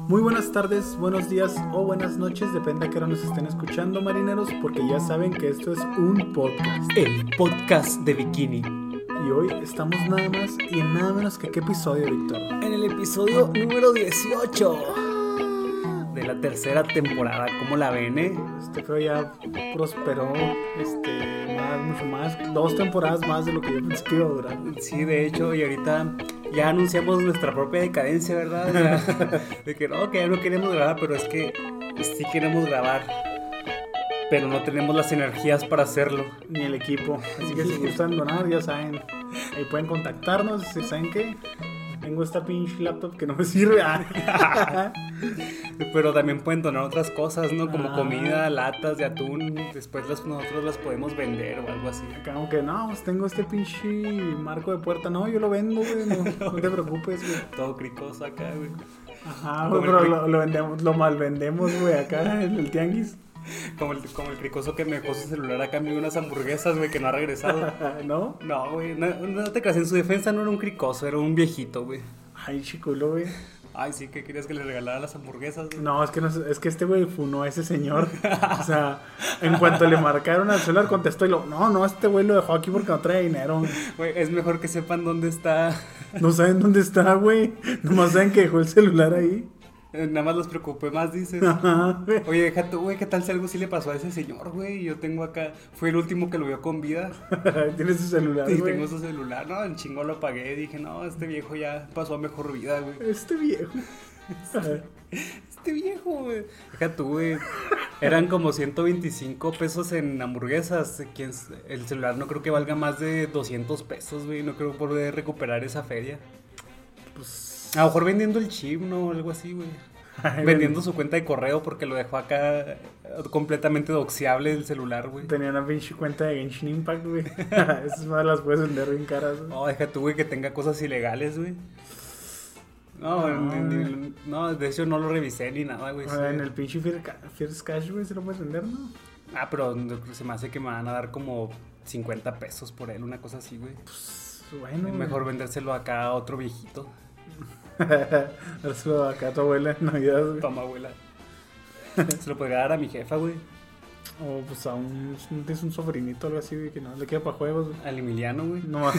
Muy buenas tardes, buenos días o buenas noches, depende a qué hora nos estén escuchando, marineros, porque ya saben que esto es un podcast. El podcast de Bikini. Y hoy estamos nada más y nada menos que ¿qué episodio, Víctor? En el episodio número 18 de la tercera temporada. ¿Cómo la ven, Este feo ya prosperó, mucho más, 2 temporadas más de lo que yo pensé que iba a durar. Sí, de hecho, y ahorita ya anunciamos nuestra propia decadencia, ¿verdad? De que ya no queremos grabar, pero es que sí queremos grabar, pero no tenemos las energías para hacerlo. Ni el equipo, así que si gustan donar, ya saben, ahí pueden contactarnos, si saben que tengo esta pinche laptop que no me sirve. Pero también pueden donar otras cosas, ¿no? Como comida, latas de atún. Después nosotros las podemos vender o algo así. Aunque no, pues tengo este pinche marco de puerta. No, yo lo vendo, güey. No te preocupes, güey. Todo cricoso acá, güey. Ajá, güey, pero lo vendemos, lo mal vendemos, güey, acá en el tianguis. Como el cricoso que me dejó su celular a cambio de unas hamburguesas, güey, que no ha regresado. ¿No? No, güey, no te creas, en su defensa no era un cricoso, era un viejito, güey. Ay, chiculo, güey. Ay, sí, ¿qué querías que le regalara las hamburguesas, güey? No, es que este güey funó a ese señor. O sea, en cuanto le marcaron al celular, contestó y no, este güey lo dejó aquí porque no trae dinero. Güey, es mejor que sepan dónde está. No saben dónde está, güey. Nomás saben que dejó el celular ahí. Nada más los preocupé más, dices. Ajá, güey. Oye, deja tú, güey, ¿qué tal si algo sí le pasó a ese señor, güey? Yo tengo acá, fue el último que lo vio con vida. Tiene su celular, Sí, güey. tengo su celular, no, el chingo lo apagué. Dije, no, este viejo ya pasó a mejor vida, güey. Este viejo. Este viejo, güey. Deja tú, güey. Eran como 125 pesos en hamburguesas. El celular no creo que valga más de 200 pesos, güey. No creo poder recuperar esa feria. Pues a lo mejor vendiendo el chip, ¿no? Algo así, güey. Vendiendo su cuenta de correo porque lo dejó acá completamente doxiable el celular, güey. Tenía una pinche cuenta de Genshin Impact, güey. Esas más las puedes vender bien caras, güey. No, deja tú, güey, que tenga cosas ilegales, güey. No, de hecho no lo revisé ni nada, güey. En el pinche First Cash, güey, se lo puedes vender, ¿no? Pero se me hace que me van a dar como 50 pesos por él, una cosa así, güey. Pues bueno. Es mejor vendérselo acá a otro viejito. Dárselo acá a tu abuela en Navidad, güey. Toma, abuela. Se lo podría dar a mi jefa, güey. O pues a tienes un sobrinito o algo así, güey, que no le queda para juegos, güey. Al Emiliano, güey. Nomás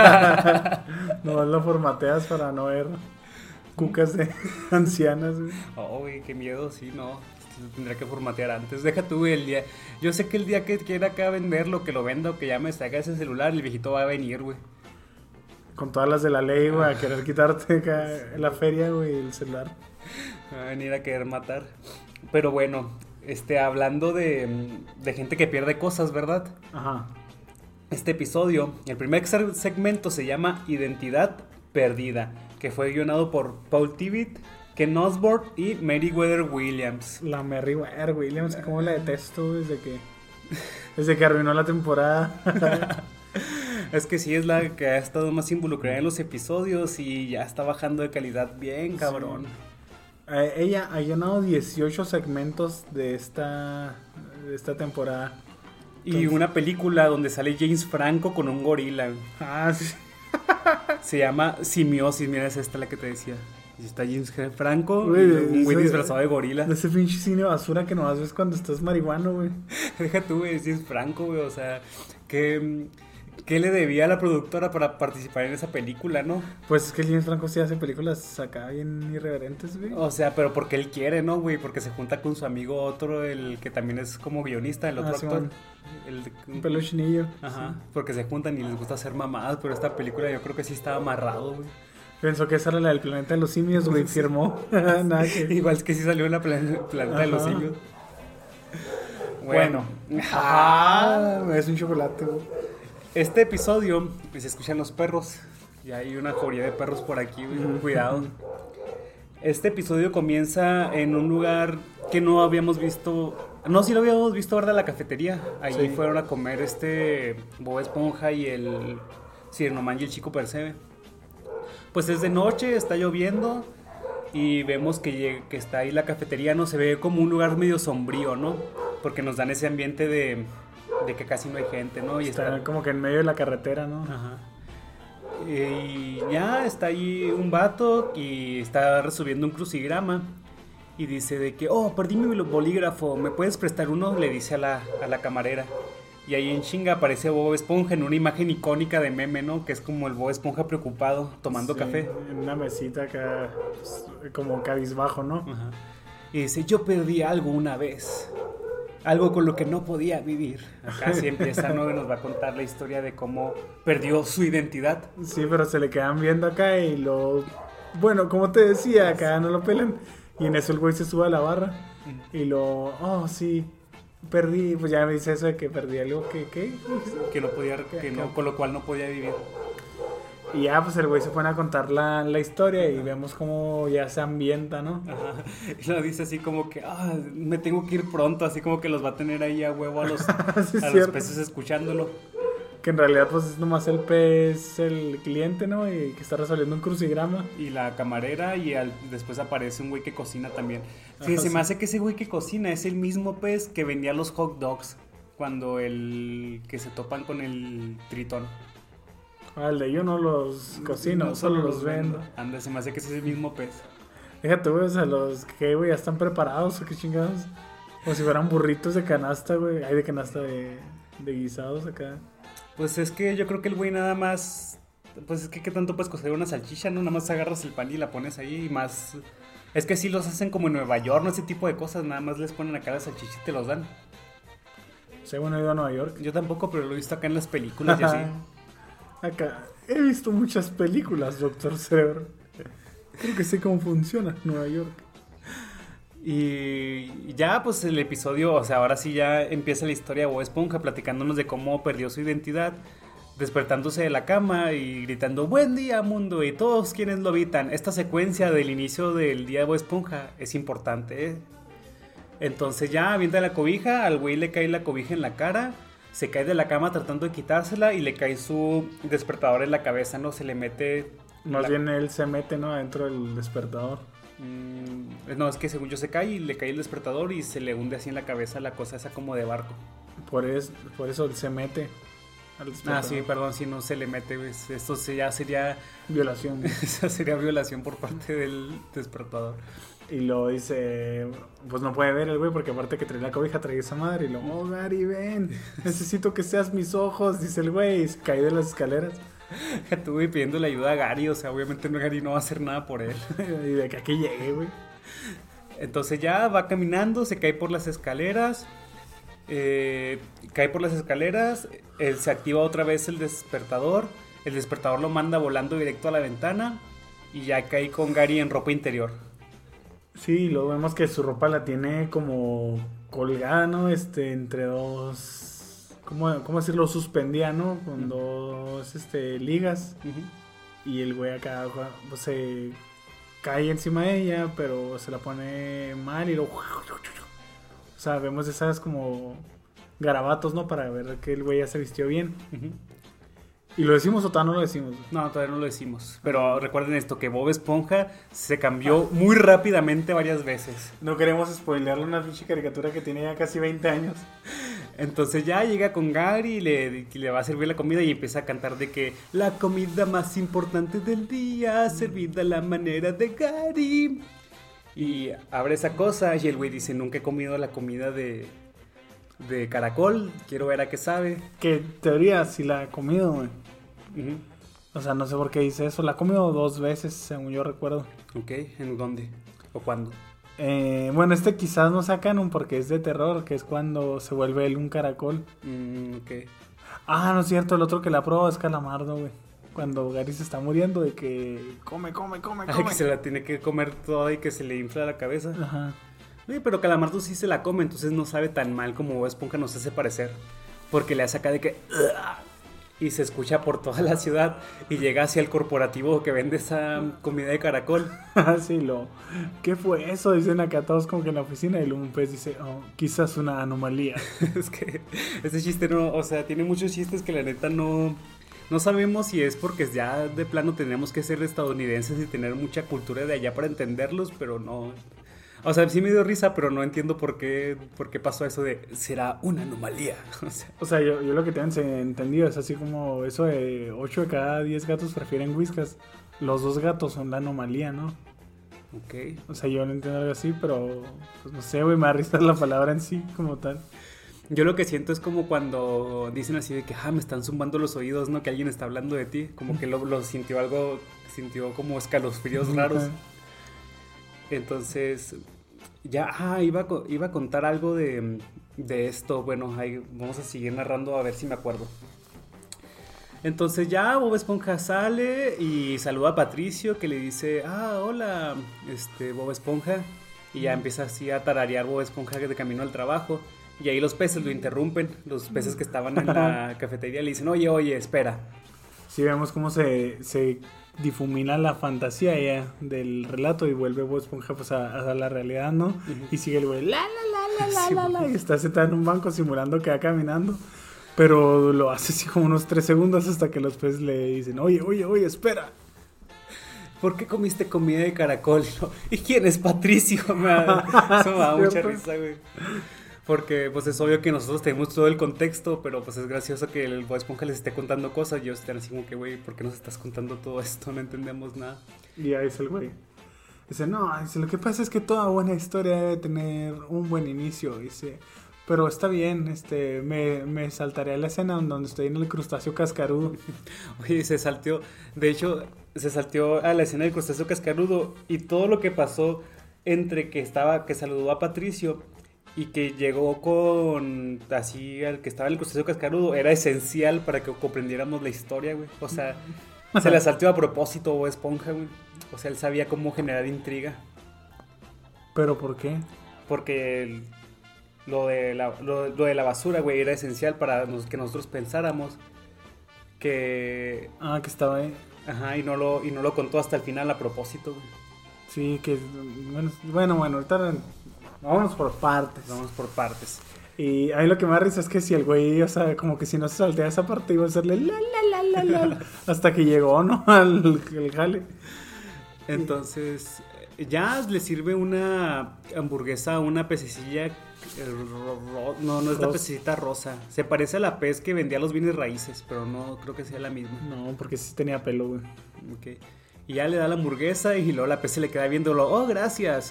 lo formateas para no ver cucas de ancianas, güey. Oh, güey, qué miedo, sí, no. Tendría que formatear antes. Deja tú, güey, el día. Yo sé que el día que quiera acá venderlo, que lo venda o que ya me saque ese celular, el viejito va a venir, güey. Con todas las de la ley, güey, a querer quitarte acá en la feria, güey, el celular. Va a venir a querer matar. Pero bueno, hablando de gente que pierde cosas, ¿verdad? Ajá. Este episodio, el primer segmento se llama Identidad Perdida, que fue guionado por Paul Tibbitt, Ken Osborne y Meriwether Williams. La Meriwether Williams, como la detesto desde que arruinó la temporada. Es que sí, es la que ha estado más involucrada en los episodios y ya está bajando de calidad bien, cabrón. Sí. Ella ha llenado 18 segmentos de esta temporada. Y una película donde sale James Franco con un gorila. Ah, sí. Se llama Simiosis, mira, es esta la que te decía. Y está James Franco, güey, un güey disfrazado de gorila. De ese pinche cine basura que nomás ves cuando estás marihuano, güey. Deja tú, güey, James Franco, güey, o sea, ¿qué le debía a la productora para participar en esa película, no? Pues es que James Franco sí hace películas acá bien irreverentes, güey. O sea, pero porque él quiere, ¿no, güey? Porque se junta con su amigo otro, el que también es como guionista, el otro actor. Un peluchinillo. Ajá, sí. Porque se juntan y les gusta hacer mamadas, pero esta película yo creo que sí estaba amarrado, güey. Pensó que esa era la del planeta de los simios, güey, firmó. Nada que... Igual es que sí salió en la planeta de los simios. Bueno. Es un chocolate, güey. Este episodio, pues se escuchan los perros. Y hay una jauría de perros por aquí, güey. Cuidado. Este episodio comienza en un lugar que no habíamos visto. No, sí lo habíamos visto, ¿verdad? La cafetería. Allí fueron a comer Bob Esponja y el Sirenoman y el Chico Percebe. Pues es de noche, está lloviendo y vemos que está ahí la cafetería, ¿no? Se ve como un lugar medio sombrío, ¿no? Porque nos dan ese ambiente de que casi no hay gente, ¿no? Y está como que en medio de la carretera, ¿no? Ajá. Y ya está ahí un vato y está resolviendo un crucigrama. y dice de que, oh, perdí mi bolígrafo, ¿me puedes prestar uno? Le dice a la camarera. Y ahí en chinga aparece Bob Esponja en una imagen icónica de meme, ¿no? Que es como el Bob Esponja preocupado, tomando café. En una mesita acá, pues, como cabizbajo, ¿no? Ajá. Y dice, yo perdí algo una vez. Algo con lo que no podía vivir. Acá sí empieza, ¿no? Y nos va a contar la historia de cómo perdió su identidad. Sí, pero se le quedan viendo acá y lo... Bueno, como te decía, acá no lo pelan. Y en eso el güey se sube a la barra y oh, sí, perdí. Pues ya me dice eso de que perdí algo que no podía, con lo cual no podía vivir. Y ya, pues el güey se pone a contar la historia y vemos cómo ya se ambienta, ¿no? Ajá. Y lo dice así como que, me tengo que ir pronto, así como que los va a tener ahí a huevo a los, sí, a los peces escuchándolo. Que en realidad pues es nomás el pez, el cliente, ¿no? Y que está resolviendo un crucigrama. Y la camarera y después aparece un güey que cocina también. Sí, se me hace que ese güey que cocina es el mismo pez que vendía los hot dogs cuando que se topan con el tritón. El de yo no los cocino, no, solo los vendo. Anda, se me hace que ese es el mismo pez. Fíjate, güey, o sea, los que, güey, ya están preparados o qué chingados. Como si fueran burritos de canasta, güey. Hay de canasta de guisados acá. Pues es que yo creo que el güey nada más... Pues es que ¿qué tanto puedes cocer una salchicha, no? Nada más agarras el pan y la pones ahí y más... Es que sí los hacen como en Nueva York, no ese tipo de cosas. Nada más les ponen acá la salchicha y te los dan. Sí, bueno, he ido a Nueva York. Yo tampoco, pero lo he visto acá en las películas y así. Acá, he visto muchas películas, Doctor Cerebro. Creo que sé cómo funciona Nueva York. Y ya, pues el episodio, o sea, ahora sí ya empieza la historia de Bob Esponja platicándonos de cómo perdió su identidad, despertándose de la cama y gritando buen día mundo y todos quienes lo habitan. Esta secuencia del inicio del día de Bob Esponja es importante, ¿eh? Entonces ya avienta la cobija, al güey le cae la cobija en la cara, se cae de la cama tratando de quitársela y le cae su despertador en la cabeza, ¿no? Se le mete... Más bien él se mete, ¿no? Adentro del despertador. No, es que según yo se cae y le cae el despertador y se le hunde así en la cabeza la cosa esa como de barco. Por eso él se mete al despertador. Sí, perdón, si no se le mete, pues, esto ya sería... Violación. Esa sería violación por parte del despertador. Y lo dice, pues no puede ver el güey porque aparte que trae la cobija trae esa madre. Y lo, oh Gary, ven, necesito que seas mis ojos, dice el güey, y se cae de las escaleras. Estuve pidiéndole ayuda a Gary, o sea, obviamente Gary no va a hacer nada por él. Y de que aquí llegue, güey. Entonces ya va caminando, se cae por las escaleras. Se activa otra vez el despertador. El despertador lo manda volando directo a la ventana. Y ya cae con Gary en ropa interior. Sí, lo vemos que su ropa la tiene como colgada, ¿no? Entre dos... ¿Cómo decirlo? Suspendida, ¿no? Con dos ligas. Y el güey acá pues, se cae encima de ella, pero se la pone mal y lo... O sea, vemos esas como garabatos, ¿no? Para ver que el güey ya se vistió bien. ¿Y lo decimos o todavía no lo decimos? No, todavía no lo decimos. Pero recuerden esto, que Bob Esponja se cambió muy rápidamente varias veces. No queremos spoilearle una pinche caricatura que tiene ya casi 20 años. Entonces ya llega con Gary y le va a servir la comida y empieza a cantar de que la comida más importante del día, servida a la manera de Gary. Y abre esa cosa y el güey dice, nunca he comido la comida de caracol, quiero ver a qué sabe. Que teoría si la ha comido, güey. O sea, no sé por qué dice eso. La ha comido 2 veces, según yo recuerdo. Ok, ¿en dónde? ¿O cuándo? Bueno, quizás no sea canon porque es de terror, que es cuando se vuelve él un caracol. Ok. Ah, no es cierto, el otro que la prueba es Calamardo, güey. Cuando Gary se está muriendo de que come. Ay, que se la tiene que comer toda y que se le infla la cabeza. Ajá. Oye, pero Calamardo sí se la come, entonces no sabe tan mal como Bob Esponja nos hace parecer. Porque le hace acá de que... Y se escucha por toda la ciudad y llega hacia el corporativo que vende esa comida de caracol. Sí, ¿qué fue eso? Dicen acá todos como que en la oficina y un pez dice, oh, quizás una anomalía. Es que ese chiste no, o sea, tiene muchos chistes que la neta no sabemos si es porque ya de plano tenemos que ser estadounidenses y tener mucha cultura de allá para entenderlos, pero no... O sea, sí me dio risa, pero no entiendo por qué pasó eso de será una anomalía. O sea, yo lo que tengo entendido es así como eso de 8 de cada 10 gatos prefieren Whiskas. Los 2 gatos son la anomalía, ¿no? Ok. O sea, yo no entiendo algo así, pero pues no sé, güey, me da risa la palabra en sí como tal. Yo lo que siento es como cuando dicen así de que me están zumbando los oídos, ¿no? Que alguien está hablando de ti. Como que lo sintió algo, sintió como escalofríos raros. Entonces, ya, iba a contar algo de esto. Bueno, ahí vamos a seguir narrando a ver si me acuerdo. Entonces ya Bob Esponja sale y saluda a Patricio, que le dice, hola, Bob Esponja. Y ya empieza así a tararear Bob Esponja de camino al trabajo. Y ahí los peces lo interrumpen, los peces que estaban en la cafetería le dicen, oye, espera. Sí, vemos cómo se difumina la fantasía ya del relato y vuelve Bob Esponja pues a la realidad, ¿no? Uh-huh. Y sigue el güey, la, y está sentado en un banco simulando que va caminando. Pero lo hace así como unos 3 segundos hasta que los peces le dicen, oye, espera. ¿Por qué comiste comida de caracol? ¿Y quién es Patricio? Eso me da mucha risa, güey. Porque pues es obvio que nosotros tenemos todo el contexto, pero pues es gracioso que el Bob Esponja les esté contando cosas y ellos están así como que, güey, ¿por qué nos estás contando todo esto? No entendemos nada. Y ahí es el güey. Dice, lo que pasa es que toda buena historia debe tener un buen inicio. Dice, pero está bien, me saltaré a la escena donde estoy en el crustáceo cascarudo. Oye, se salteó a la escena del crustáceo cascarudo y todo lo que pasó entre que saludó a Patricio y que llegó con así al que estaba en el crustáceo cascarudo era esencial para que comprendiéramos la historia, güey. O sea, se la salteó a propósito Bob Esponja, güey. O sea, él sabía cómo generar intriga. ¿Pero por qué? Porque lo de la basura, güey, era esencial para que nosotros pensáramos que... que estaba ahí. Ajá, y no lo contó hasta el final a propósito, güey. Sí, que... Bueno, ahorita... Vámonos por partes. Y ahí lo que me da risa es que si el güey, o sea, como que si no se saltea esa parte iba a hacerle la hasta que llegó, ¿no? al jale. Entonces, ya le sirve una hamburguesa a una pececilla. No es la pececita rosa. Se parece a la pez que vendía los bienes raíces, pero no creo que sea la misma. No, porque sí tenía pelo, güey. Ok. Y ya le da la hamburguesa y luego la pez se le queda viéndolo. Oh, gracias.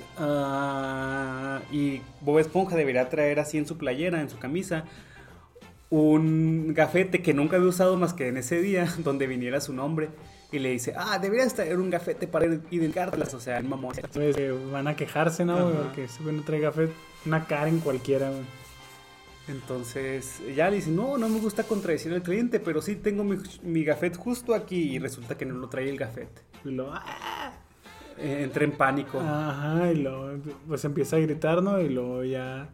Y Bob Esponja debería traer así en su playera, en su camisa, un gafete que nunca había usado más que en ese día, donde viniera su nombre. Y le dice, deberías traer un gafete para identificarlas. O sea, el mamón. Entonces, van a quejarse, ¿no, güey? Porque ese güey no trae gafete. Una Karen cualquiera, güey. Entonces, ya le dice, no me gusta contradecir al cliente, pero sí tengo mi gafete justo aquí. Y resulta que no lo trae el gafete. Y entra en pánico. Ajá, y pues empieza a gritar, ¿no? Y luego ya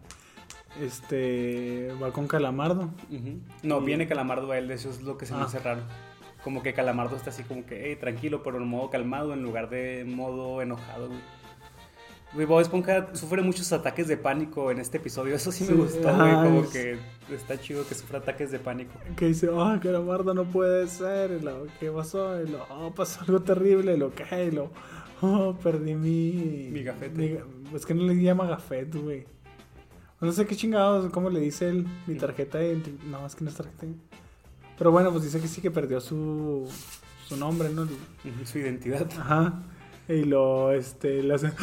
va con Calamardo. Uh-huh. No, viene Calamardo a él, eso es lo que se me hace raro. Como que Calamardo está así como que, tranquilo, pero en modo calmado en lugar de modo enojado, güey. Bob Esponja sufre muchos ataques de pánico en este episodio. Eso sí me gustó, güey. Como que está chido que sufra ataques de pánico. Que dice, Calamardo no puede ser. ¿Qué pasó? Pasó algo terrible. Perdí mi gafete. Es que no le llama gafete, güey. No sé qué chingados, cómo le dice él. Mi tarjeta de... No, es que no es tarjeta. Pero bueno, pues dice que sí que perdió su nombre, ¿no? Su identidad. Ajá. Y le hace...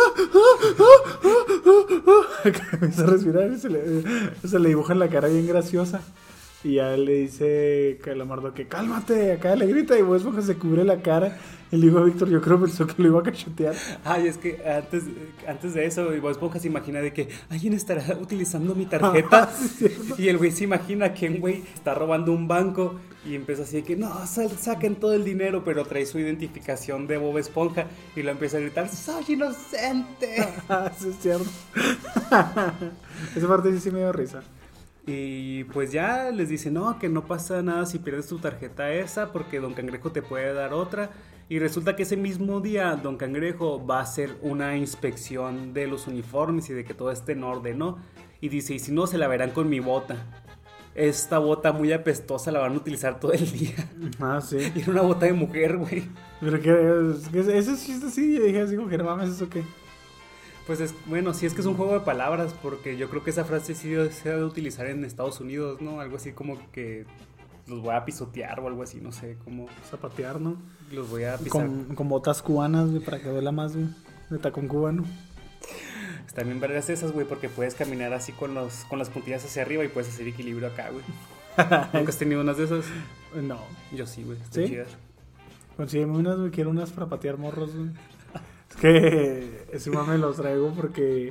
Empieza a respirar y se le dibuja en la cara bien graciosa. Y ya le dice Calamardo que cálmate, acá le grita y Bob Esponja se cubre la cara. Y le dijo a Víctor, yo creo que pensó que lo iba a cachotear. Es que antes de eso, Bob Esponja se imagina de que alguien estará utilizando mi tarjeta. Sí, y el güey se imagina que un güey está robando un banco y empieza así de que no, saquen todo el dinero, pero trae su identificación de Bob Esponja y lo empieza a gritar, soy inocente. Sí, es cierto. Esa parte sí me dio risa. Y pues ya les dice, que no pasa nada si pierdes tu tarjeta esa, porque Don Cangrejo te puede dar otra. Y resulta que ese mismo día Don Cangrejo va a hacer una inspección de los uniformes y de que todo esté en orden, ¿no? Y dice, y si no, se la verán con mi bota. Esta bota muy apestosa la van a utilizar todo el día. Sí. Y era una bota de mujer, güey. Pero que ese chiste sí, yo dije así como que no mames, ¿eso qué? Pues sí es que es un juego de palabras, porque yo creo que esa frase sí se ha de utilizar en Estados Unidos, ¿no? Algo así como que los voy a pisotear o algo así, no sé, como... Zapatear, ¿no? Los voy a pisar. Con botas cubanas, güey, para que duela más, güey. de tacón cubano. Están bien vergas esas, güey, porque puedes caminar así con las puntillas hacia arriba y puedes hacer equilibrio acá, güey. ¿Nunca has tenido unas de esas? No. Yo sí, güey. Están ¿Sí? chidas. Consígueme unas, güey. Quiero unas para patear morros, güey. Es que ese mame los traigo porque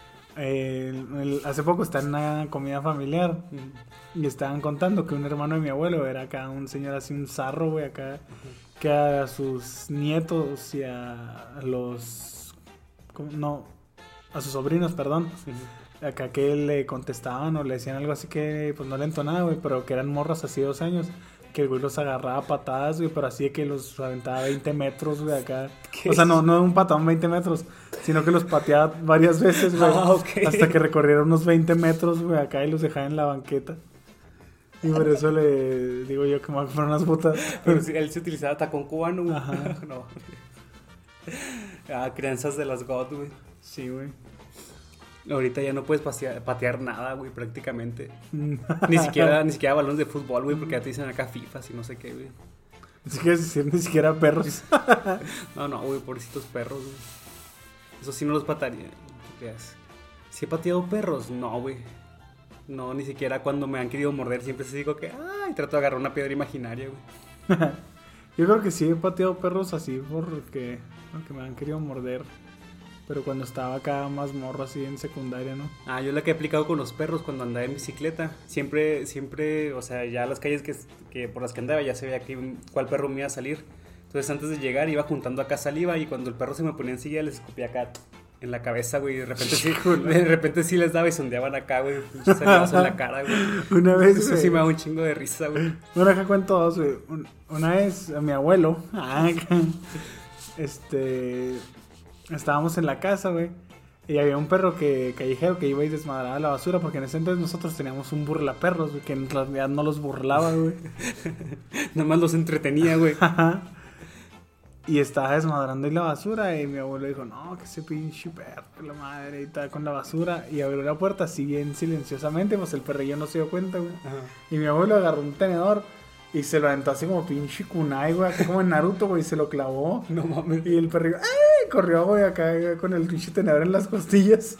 hace poco está en una comida familiar y estaban contando que un hermano de mi abuelo era acá un señor así, un zarro, güey, acá, que a sus nietos y a los... No, a sus sobrinos, perdón. Acá que le contestaban o le decían algo así que pues no le entonaba, güey, pero que eran morras así de 2 años. Que el güey los agarraba a patadas, güey, pero así de que los aventaba 20 metros, güey, acá. O sea, no un patadón 20 metros, sino que los pateaba varias veces, güey. Okay. Hasta que recorrieron unos 20 metros, güey, acá y los dejaba en la banqueta. Y por eso le digo yo que me voy a comprar unas botas. Pero si él se utilizaba tacón cubano, güey. Ajá. No. Crianzas de las God, güey. Sí, güey. Ahorita ya no puedes patear nada, güey, prácticamente. Ni siquiera balones de fútbol, güey, porque ya te dicen acá FIFAs y no sé qué, güey. Ni siquiera perros. No, güey, pobrecitos perros, güey. Eso sí no los pataría. ¿Sí he pateado perros? No, güey. No, ni siquiera cuando me han querido morder siempre se digo que, ay, trato de agarrar una piedra imaginaria, güey. Yo creo que sí he pateado perros así porque me han querido morder. Pero cuando estaba acá más morro así en secundaria, ¿no? Yo la que he aplicado con los perros cuando andaba en bicicleta. Siempre, o sea, ya las calles que por las que andaba ya se veía cuál perro me iba a salir. Entonces antes de llegar iba juntando acá saliva y cuando el perro se me ponía en silla les escupía acá en la cabeza, güey. Y de repente sí les daba y sondeaban acá, güey. Pinche salivazo en la cara, güey. Una vez, eso sí me da un chingo de risa, güey. Bueno, acá cuento dos, güey. Una vez a mi abuelo, estábamos en la casa, güey, y había un perro callejero que iba y desmadraba la basura, porque en ese entonces nosotros teníamos un burlaperros, güey, que en realidad no los burlaba, güey. Nada más los entretenía, güey. Y estaba desmadrando ahí la basura y mi abuelo dijo, no, que ese pinche perro, que la madre, y estaba con la basura, y abrió la puerta así bien silenciosamente, pues el perrillo no se dio cuenta, güey. Y mi abuelo agarró un tenedor y se lo aventó así como pinche kunai, güey, acá como en Naruto, güey, y se lo clavó. No mames. Y el perrillo, ¡ay! Corrió, güey, acá con el pinche tenedor en las costillas.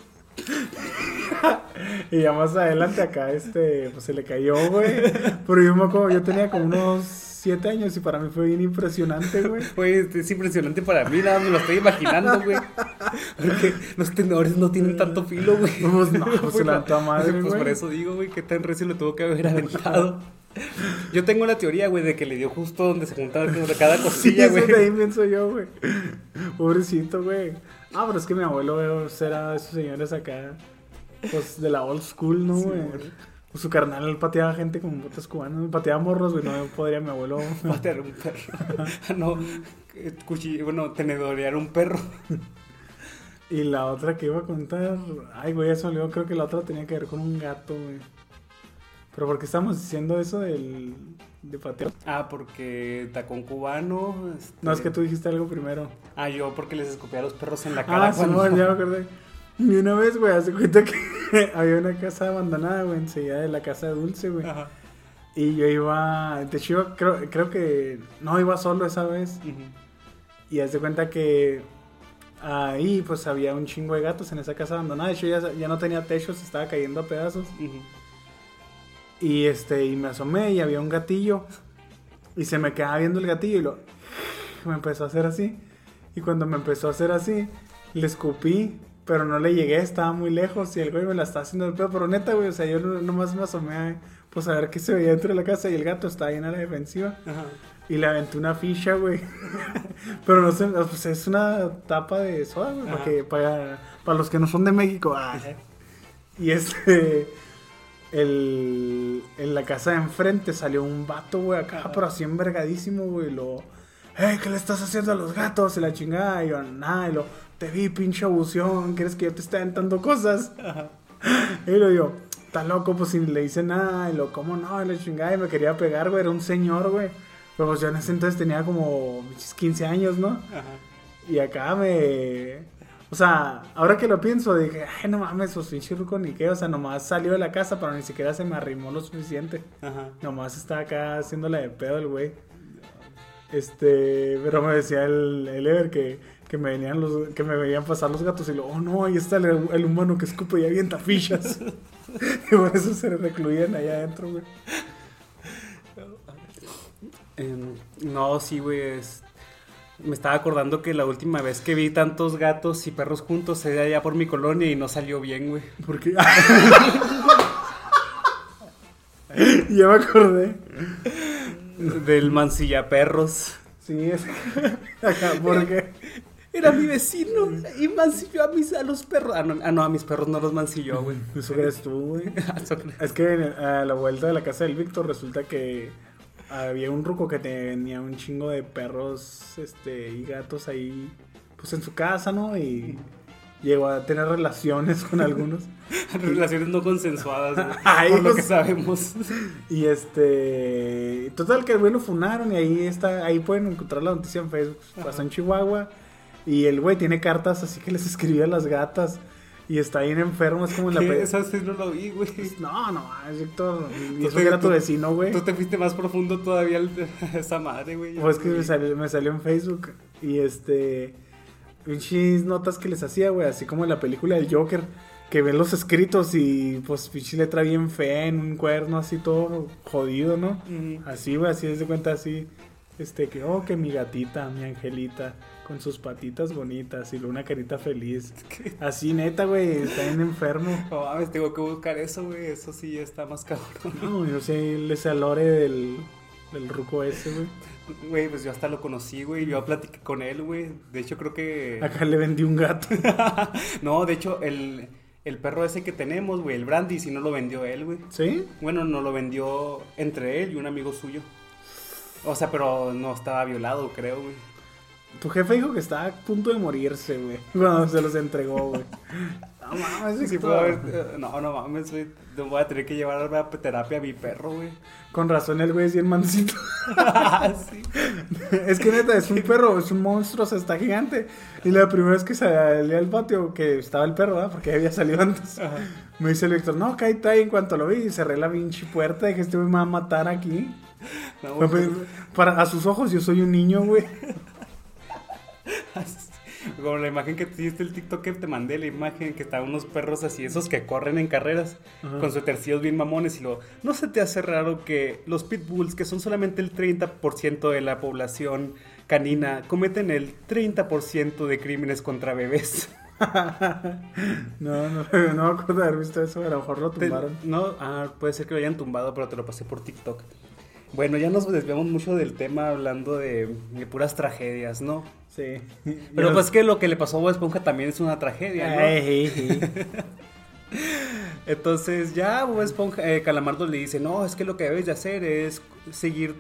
Y ya más adelante acá, pues se le cayó, güey. Pero yo tenía como unos 7 años y para mí fue bien impresionante, güey. Güey, es impresionante para mí, nada, me lo estoy imaginando, güey. Porque los tenedores no tienen tanto filo, güey. Pues no, pues se levantó a madre, güey. Pues por eso digo, güey, qué tan recio lo tuvo que haber aventado. Yo tengo la teoría, güey, de que le dio justo donde se juntaba cada costilla, güey. Sí, eso de ahí pienso yo, güey. Pobrecito, güey. Pero es que mi abuelo era de esos señores acá, pues de la old school, ¿no, güey? Sí, pues su carnal pateaba gente con botas cubanas, pateaba morros, güey, no podría mi abuelo patear un perro. No, tenedorear un perro. Y la otra que iba a contar, güey, eso creo que la otra tenía que ver con un gato, güey. Pero ¿por qué estamos diciendo eso de patear? Porque tacón cubano. No, es que tú dijiste algo primero. Yo porque les escupía a los perros en la cara. Sí, bueno, ya me acordé. Y una vez, güey, hace cuenta que había una casa abandonada, güey, enseguida de la casa de Dulce, güey. Ajá. Y yo iba, de hecho, creo que no iba solo esa vez. Uh-huh. Y haz de cuenta que ahí, pues, había un chingo de gatos en esa casa abandonada. De hecho, ya no tenía techo, se estaba cayendo a pedazos. Uh-huh. Y me asomé y había un gatillo. Y se me quedaba viendo el gatillo y me empezó a hacer así. Y cuando me empezó a hacer así, le escupí. Pero no le llegué, estaba muy lejos y el güey me la estaba haciendo el pedo. Pero neta, güey, o sea, yo nomás me asomé pues a ver qué se veía dentro de la casa y el gato estaba bien a la defensiva. Ajá. Y le aventé una ficha, güey. Pero no sé, pues es una tapa de soda, güey, para los que no son de México. Y en la casa de enfrente salió un vato, güey, acá, pero así envergadísimo, güey. ¿Qué le estás haciendo a los gatos? Y la chingada. Y yo, nada, te vi, pinche abusión, ¿quieres que yo te esté aventando cosas? Ajá. Y yo, está loco, pues si le hice nada, y ¿cómo no? Y la chingada, y me quería pegar, güey, era un señor, güey. Pero pues yo en ese entonces tenía como 15 años, ¿no? Ajá. Y acá o sea, ahora que lo pienso, dije, no mames, pues pinche ruco ni qué, o sea, nomás salió de la casa, pero ni siquiera se me arrimó lo suficiente. Ajá. Nomás estaba acá haciéndole de pedo el güey. Pero me decía el Ever que que me veían pasar los gatos y luego, oh no, ahí está el humano que escupe y avienta fichas. Y por eso se recluían allá adentro, güey. No, sí, güey. Me estaba acordando que la última vez que vi tantos gatos y perros juntos era allá por mi colonia y no salió bien, güey. ¿Por qué? Ya me acordé. Del mancillaperros. Sí, es acá, ¿por qué? Era mi vecino y mancilló a los perros. No, a mis perros no los mancilló, güey. Eso crees tú, güey. Es que a la vuelta de la casa del Víctor resulta que había un ruco que tenía un chingo de perros y gatos ahí, pues en su casa, ¿no? Y llegó a tener relaciones con algunos. Relaciones no consensuadas, güey, Ay, por lo pues, que sabemos. Y total que el güey lo funaron y ahí pueden encontrar la noticia en Facebook. Pasó en Chihuahua y el güey tiene cartas así que les escribía a las gatas. Y está bien enfermo, es como en la ¿Qué? Eso sí no lo vi, güey. No, Víctor. Y eso que era tu vecino, güey. Tú te fuiste más profundo todavía esa madre, güey. Pues que me salió en Facebook. Y pinches notas que les hacía, güey. Así como en la película del Joker. Que ven los escritos y pues pinche letra bien fea en un cuaderno así todo jodido, ¿no? Uh-huh. Así, güey, así de cuenta así. Que mi gatita, mi angelita, con sus patitas bonitas y una carita feliz. ¿Qué? Así, neta, güey, está bien enfermo. No mames, tengo que buscar eso, güey, eso sí está más cabrón. No, yo sé el salore del ruco ese, güey. Güey, pues yo hasta lo conocí, güey, yo platiqué con él, güey. De hecho, creo que... Acá le vendí un gato. No, de hecho, el perro ese que tenemos, güey, el Brandy, sí no lo vendió él, güey. ¿Sí? Bueno, no lo vendió entre él y un amigo suyo. O sea, pero no estaba violado, creo, güey. Tu jefe dijo que estaba a punto de morirse, güey, cuando se los entregó, güey. No mames, sí, no mames, güey. Voy a tener que llevar a terapia a mi perro, güey. Con razón el güey es bien mansito. Sí. Es que neta, es un perro, es un monstruo, o sea, está gigante. Y la primera vez que salí al patio, que estaba el perro, ¿verdad? Porque había salido antes. Ajá. Me dice el Víctor, no, acá está. Y en cuanto lo vi, cerré la pinche puerta. Dije, este güey me va a matar aquí. No, güey. A sus ojos yo soy un niño, güey. Como la imagen que te diste el TikTok que te mandé, la imagen que estaban unos perros así, esos que corren en carreras, ajá, con suétercillos bien mamones, y luego, ¿no se te hace raro que los pitbulls, que son solamente el 30% de la población canina, cometen el 30% de crímenes contra bebés? No me acuerdo de haber visto eso, a lo mejor lo tumbaron. Puede ser que lo hayan tumbado, pero te lo pasé por TikTok. Bueno, ya nos desviamos mucho del tema hablando de puras tragedias, ¿no? Sí. Pero pues que lo que le pasó a Bob Esponja también es una tragedia, ¿no? Entonces ya Bob Esponja, Calamardo le dice, no, es que lo que debes de hacer es seguir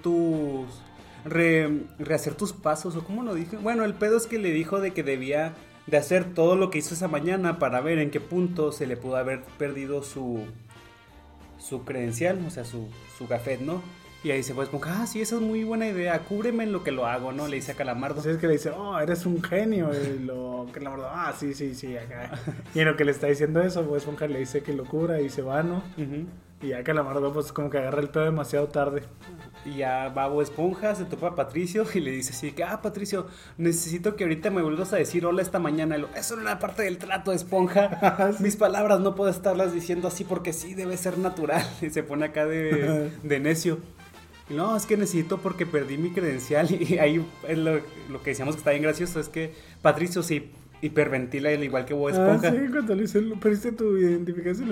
rehacer tus pasos, o ¿cómo lo dije? Bueno, el pedo es que le dijo de que debía de hacer todo lo que hizo esa mañana para ver en qué punto se le pudo haber perdido su credencial, o sea, su gafet, ¿no? Y ahí dice, pues, sí, esa es muy buena idea, cúbreme en lo que lo hago, ¿no? Le dice a Calamardo. Sí, es que le dice, eres un genio. Y Calamardo, sí, acá. Y en lo que le está diciendo eso, pues Esponja le dice que lo cubra y se va, ¿no? Uh-huh. Y ya Calamardo, pues, como que agarra el pedo demasiado tarde. Y ya va Bob Esponja, se topa a Patricio y le dice así que, Patricio, necesito que ahorita me vuelvas a decir hola esta mañana. Eso no era parte del trato, Esponja. Mis palabras no puedo estarlas diciendo así porque sí, debe ser natural. Y se pone acá de necio. Y no, es que necesito porque perdí mi credencial. Y ahí lo que decíamos que está bien gracioso es que Patricio sí hiperventila al igual que Bob Esponja. Sí, cuando le dice, perdiste tu identificación.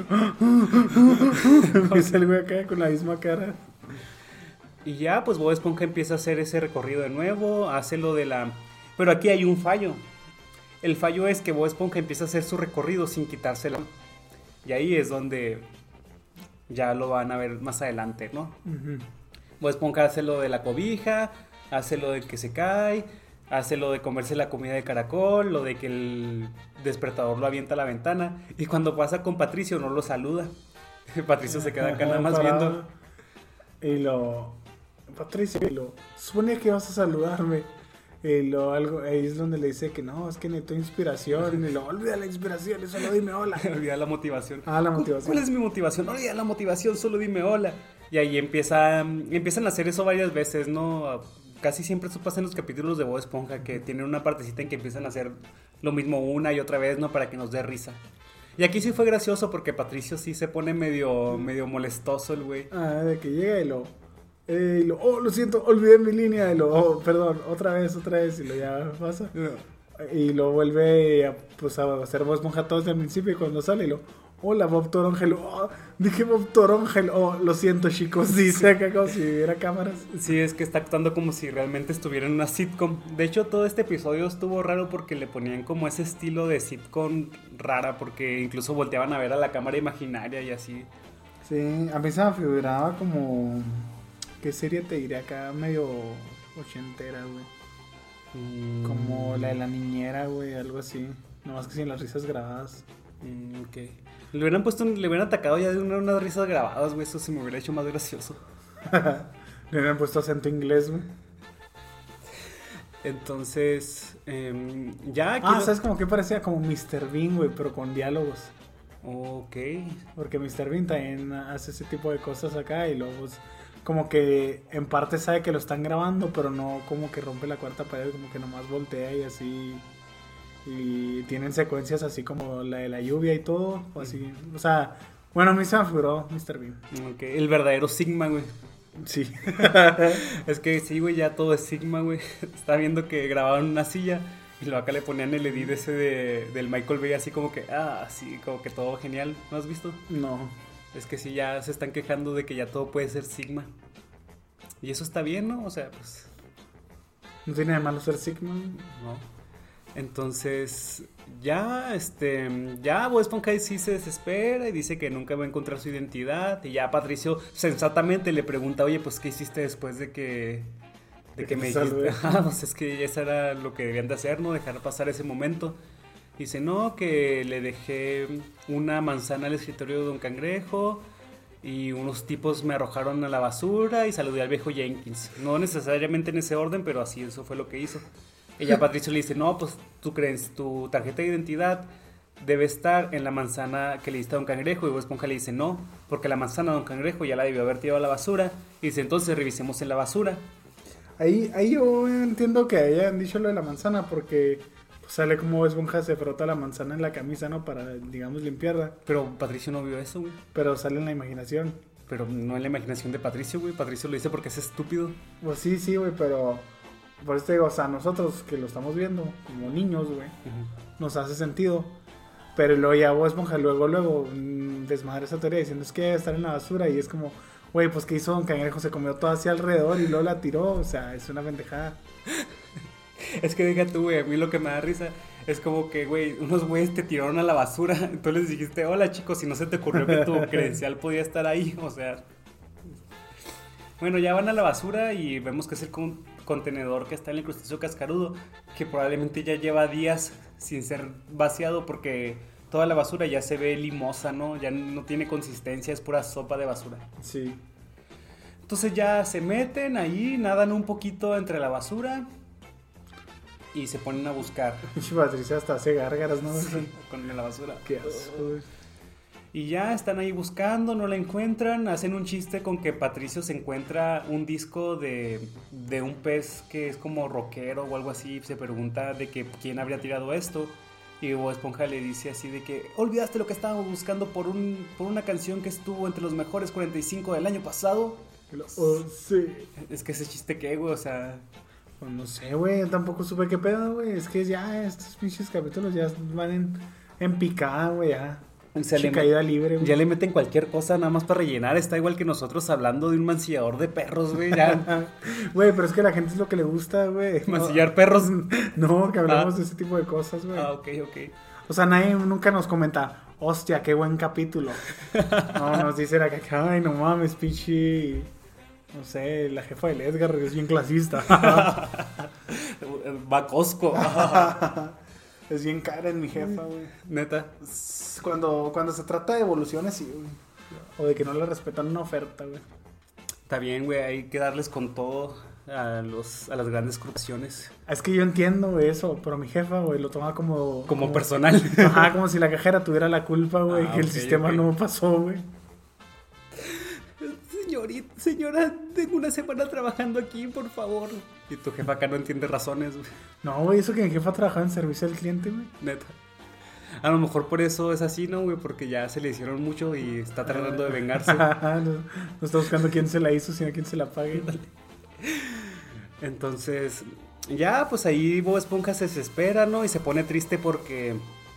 Y sale acá con la misma cara. Y ya, pues Bob Esponja empieza a hacer ese recorrido de nuevo, hace lo de la... Pero aquí hay un fallo. El fallo es que Bob Esponja empieza a hacer su recorrido sin quitársela. Y ahí es donde ya lo van a ver más adelante, ¿no? Uh-huh. Bob Esponja hace lo de la cobija, hace lo de que se cae, hace lo de comerse la comida de caracol, lo de que el despertador lo avienta a la ventana. Y cuando pasa con Patricio no lo saluda. Patricio se queda acá nada más viendo. Patricio, supone que vas a saludarme. Ahí es donde le dice que no, es que necesito inspiración. Y olvida la inspiración, solo dime hola. Olvida la motivación. La motivación. ¿Cuál es mi motivación? Olvida la motivación, solo dime hola. Y ahí empiezan a hacer eso varias veces, ¿no? casi siempre eso pasa en los capítulos de Bob Esponja, que tienen una partecita en que empiezan a hacer lo mismo una y otra vez, ¿no? Para que nos dé risa. Y aquí sí fue gracioso porque Patricio sí se pone medio molestoso el güey. De que llega lo siento, olvidé mi línea, perdón, otra vez, y lo ya pasa. Y lo vuelve a hacer Bob Esponja todo desde el principio y cuando sale hola Bob Toronja, dije Bob Toronja, lo siento chicos, dice acá como si hubiera cámaras. Sí, es que está actuando como si realmente estuviera en una sitcom. De hecho, todo este episodio estuvo raro porque le ponían como ese estilo de sitcom rara, porque incluso volteaban a ver a la cámara imaginaria y así. Sí, a mí se me figuraba como... ¿Qué serie te diré acá? Medio ochentera, güey. Como la de la niñera, güey, algo así. Nomás que sin las risas grabadas. Ok. Le hubieran atacado ya de unas risas grabadas, güey. Eso se me hubiera hecho más gracioso. Le hubieran puesto acento inglés, güey. Entonces, ya aquí... ¿sabes como que parecía? Como Mr. Bean, güey, pero con diálogos. Ok. Porque Mr. Bean también hace ese tipo de cosas acá y luego... como que en parte sabe que lo están grabando, pero no como que rompe la cuarta pared, como que nomás voltea y así. Y tienen secuencias así como la de la lluvia y todo, o así. O sea, bueno, a mí se me figuró Mr. Bean. Ok, el verdadero Sigma, güey. Sí. Es que sí, güey, ya todo es Sigma, güey. Estaba viendo que grababan una silla y luego acá le ponían el edit ese del Michael Bay, así como que, sí, como que todo genial. ¿No has visto? No. Es que sí, ya se están quejando de que ya todo puede ser Sigma. Y eso está bien, ¿no? O sea, pues... No tiene de malo ser Sigma. No. Entonces, ya Bob Esponja sí se desespera y dice que nunca va a encontrar su identidad. Y ya Patricio sensatamente le pregunta, oye, pues, ¿qué hiciste después de que me dijiste? Pues es que eso era lo que debían de hacer, ¿no? Dejar pasar ese momento. Dice, no, que le dejé una manzana al escritorio de Don Cangrejo y unos tipos me arrojaron a la basura y saludé al viejo Jenkins. No necesariamente en ese orden, pero así eso fue lo que hizo. Y ya Patricio le dice, no, pues tú crees, tu tarjeta de identidad debe estar en la manzana que le diste a Don Cangrejo. Y Bob Esponja le dice, no, porque la manzana de Don Cangrejo ya la debió haber tirado a la basura. Y dice, entonces revisemos en la basura. Ahí yo entiendo que hayan dicho lo de la manzana porque... sale como Esponja se frota la manzana en la camisa, ¿no? Para, digamos, limpiarla. Pero Patricio no vio eso, güey. Pero sale en la imaginación. Pero no en la imaginación de Patricio, güey. Patricio lo dice porque es estúpido. Pues sí, güey, pero... Por eso te digo, o sea, nosotros que lo estamos viendo como niños, güey, nos hace sentido. Pero luego ya Bob Esponja luego desmadre esa teoría diciendo es que debe estar en la basura. Y es como, güey, pues ¿qué hizo Don Cangrejo? Se comió todo hacia alrededor y luego la tiró. O sea, es una pendejada. Es que deja tú, güey, a mí lo que me da risa es como que, güey, unos güeyes te tiraron a la basura. Tú les dijiste, hola chicos, si no se te ocurrió que tu credencial podía estar ahí, o sea... Bueno, ya van a la basura y vemos que es el contenedor que está en el crustáceo cascarudo, que probablemente ya lleva días sin ser vaciado porque toda la basura ya se ve limosa, ¿no? Ya no tiene consistencia, es pura sopa de basura. Sí. Entonces ya se meten ahí, nadan un poquito entre la basura... y se ponen a buscar. Patricia hasta hace gárgaras, ¿no? Sí, con la basura. Qué asco. Y ya están ahí buscando, no la encuentran. Hacen un chiste con que Patricio se encuentra un disco de un pez que es como rockero o algo así. Se pregunta de que quién habría tirado esto. Y Bob Esponja le dice así de que olvidaste lo que estábamos buscando por una canción que estuvo entre los mejores 45 del año pasado. Sí. Es que ese chiste que, güey, o sea... Pues no sé, güey, tampoco supe qué pedo, güey. Es que ya estos pinches capítulos ya van en picada, güey, ya. Caída libre, güey. Ya le meten cualquier cosa nada más para rellenar. Está igual que nosotros hablando de un mancillador de perros, güey. Ya. Güey, pero es que a la gente es lo que le gusta, güey. Mancillar perros. No, que hablemos de ese tipo de cosas, güey. Ok. O sea, nadie nunca nos comenta, hostia, qué buen capítulo. No, nos dicen acá, ay, no mames, pinche... No sé, la jefa del Edgar es bien clasista. Va a Costco. Es bien cara en mi jefa, güey. Neta. Cuando se trata de evoluciones, sí, güey. O de que no le respetan una oferta, güey. Está bien, güey, hay que darles con todo a las grandes corrupciones. Es que yo entiendo eso, pero mi jefa, güey, lo toma como personal. Ajá, como si la cajera tuviera la culpa, güey, que el sistema no pasó, güey. señora, tengo una semana trabajando aquí, por favor. Y tu jefa acá no entiende razones, güey. No, güey, eso que mi jefa trabajaba en servicio al cliente, güey. Neta. A lo mejor por eso es así, ¿no, güey? Porque ya se le hicieron mucho y está tratando de vengarse. No está buscando quién se la hizo, sino quién se la pague. Entonces, ya, pues ahí Bob Esponja se desespera, ¿no? Y se pone triste porque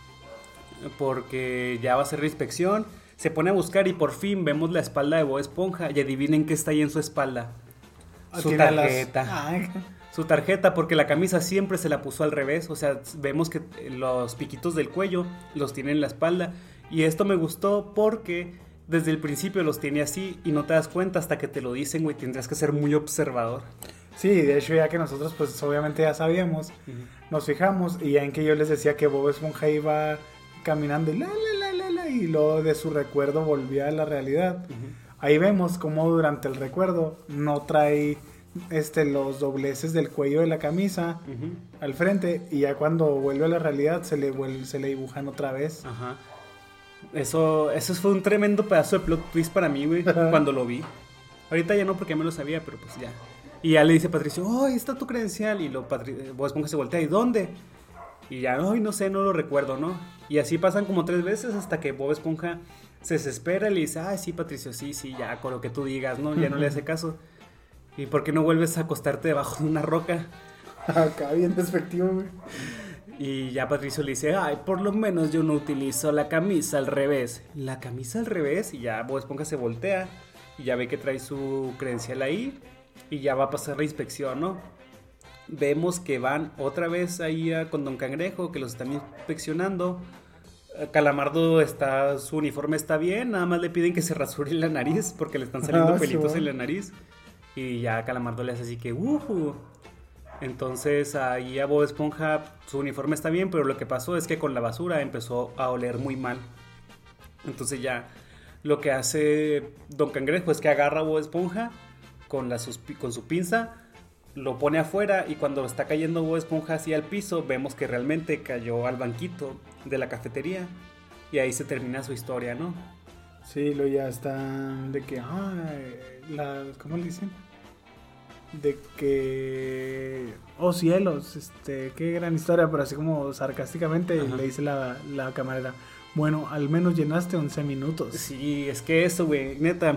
ya va a hacer la inspección. Se pone a buscar y por fin vemos la espalda de Bob Esponja. Y adivinen qué está ahí en su espalda. Su tarjeta. Su tarjeta, porque la camisa siempre se la puso al revés. O sea, vemos que los piquitos del cuello los tiene en la espalda. Y esto me gustó porque desde el principio los tiene así y no te das cuenta hasta que te lo dicen, güey. Tendrías que ser muy observador. Sí, de hecho ya que nosotros pues obviamente ya sabíamos, nos fijamos y ya en que yo les decía que Bob Esponja iba caminando y luego de su recuerdo volvía a la realidad. Ahí vemos cómo durante el recuerdo no trae los dobleces del cuello de la camisa al frente y ya cuando vuelve a la realidad se le dibujan otra vez. Ajá. Eso fue un tremendo pedazo de plot twist para mí, güey, cuando lo vi. Ahorita ya no porque ya me lo sabía, pero pues ya. Y ya le dice Patricio, oh, ahí está tu credencial. Y Bob Esponja se voltea, ¿y dónde? Y ya, ay, no sé, no lo recuerdo, ¿no? Y así pasan como 3 veces hasta que Bob Esponja se desespera y le dice, ah, sí, Patricio, sí, ya, con lo que tú digas, ¿no? Ya no le hace caso. ¿Y por qué no vuelves a acostarte debajo de una roca? Acá bien despectivo, güey. Y ya Patricio le dice, ay, por lo menos yo no utilizo la camisa al revés. ¿La camisa al revés? Y ya Bob Esponja se voltea y ya ve que trae su credencial ahí y ya va a pasar la inspección, ¿no? Vemos que van otra vez ahí con Don Cangrejo, que los están inspeccionando. Calamardo su uniforme está bien, nada más le piden que se rasure la nariz porque le están saliendo pelitos en la nariz. Y ya Calamardo le hace así que Entonces ahí a Bob Esponja su uniforme está bien, pero lo que pasó es que con la basura empezó a oler muy mal. Entonces ya lo que hace Don Cangrejo es que agarra a Bob Esponja con su pinza, lo pone afuera y cuando está cayendo Bob Esponja hacia el piso vemos que realmente cayó al banquito de la cafetería y ahí se termina su historia, ¿no? Sí, lo ya está de que, ¿cómo le dicen? De que, oh cielos, qué gran historia, pero así como sarcásticamente le dice la camarera, bueno, al menos llenaste 11 minutos. Sí, es que eso, güey, neta.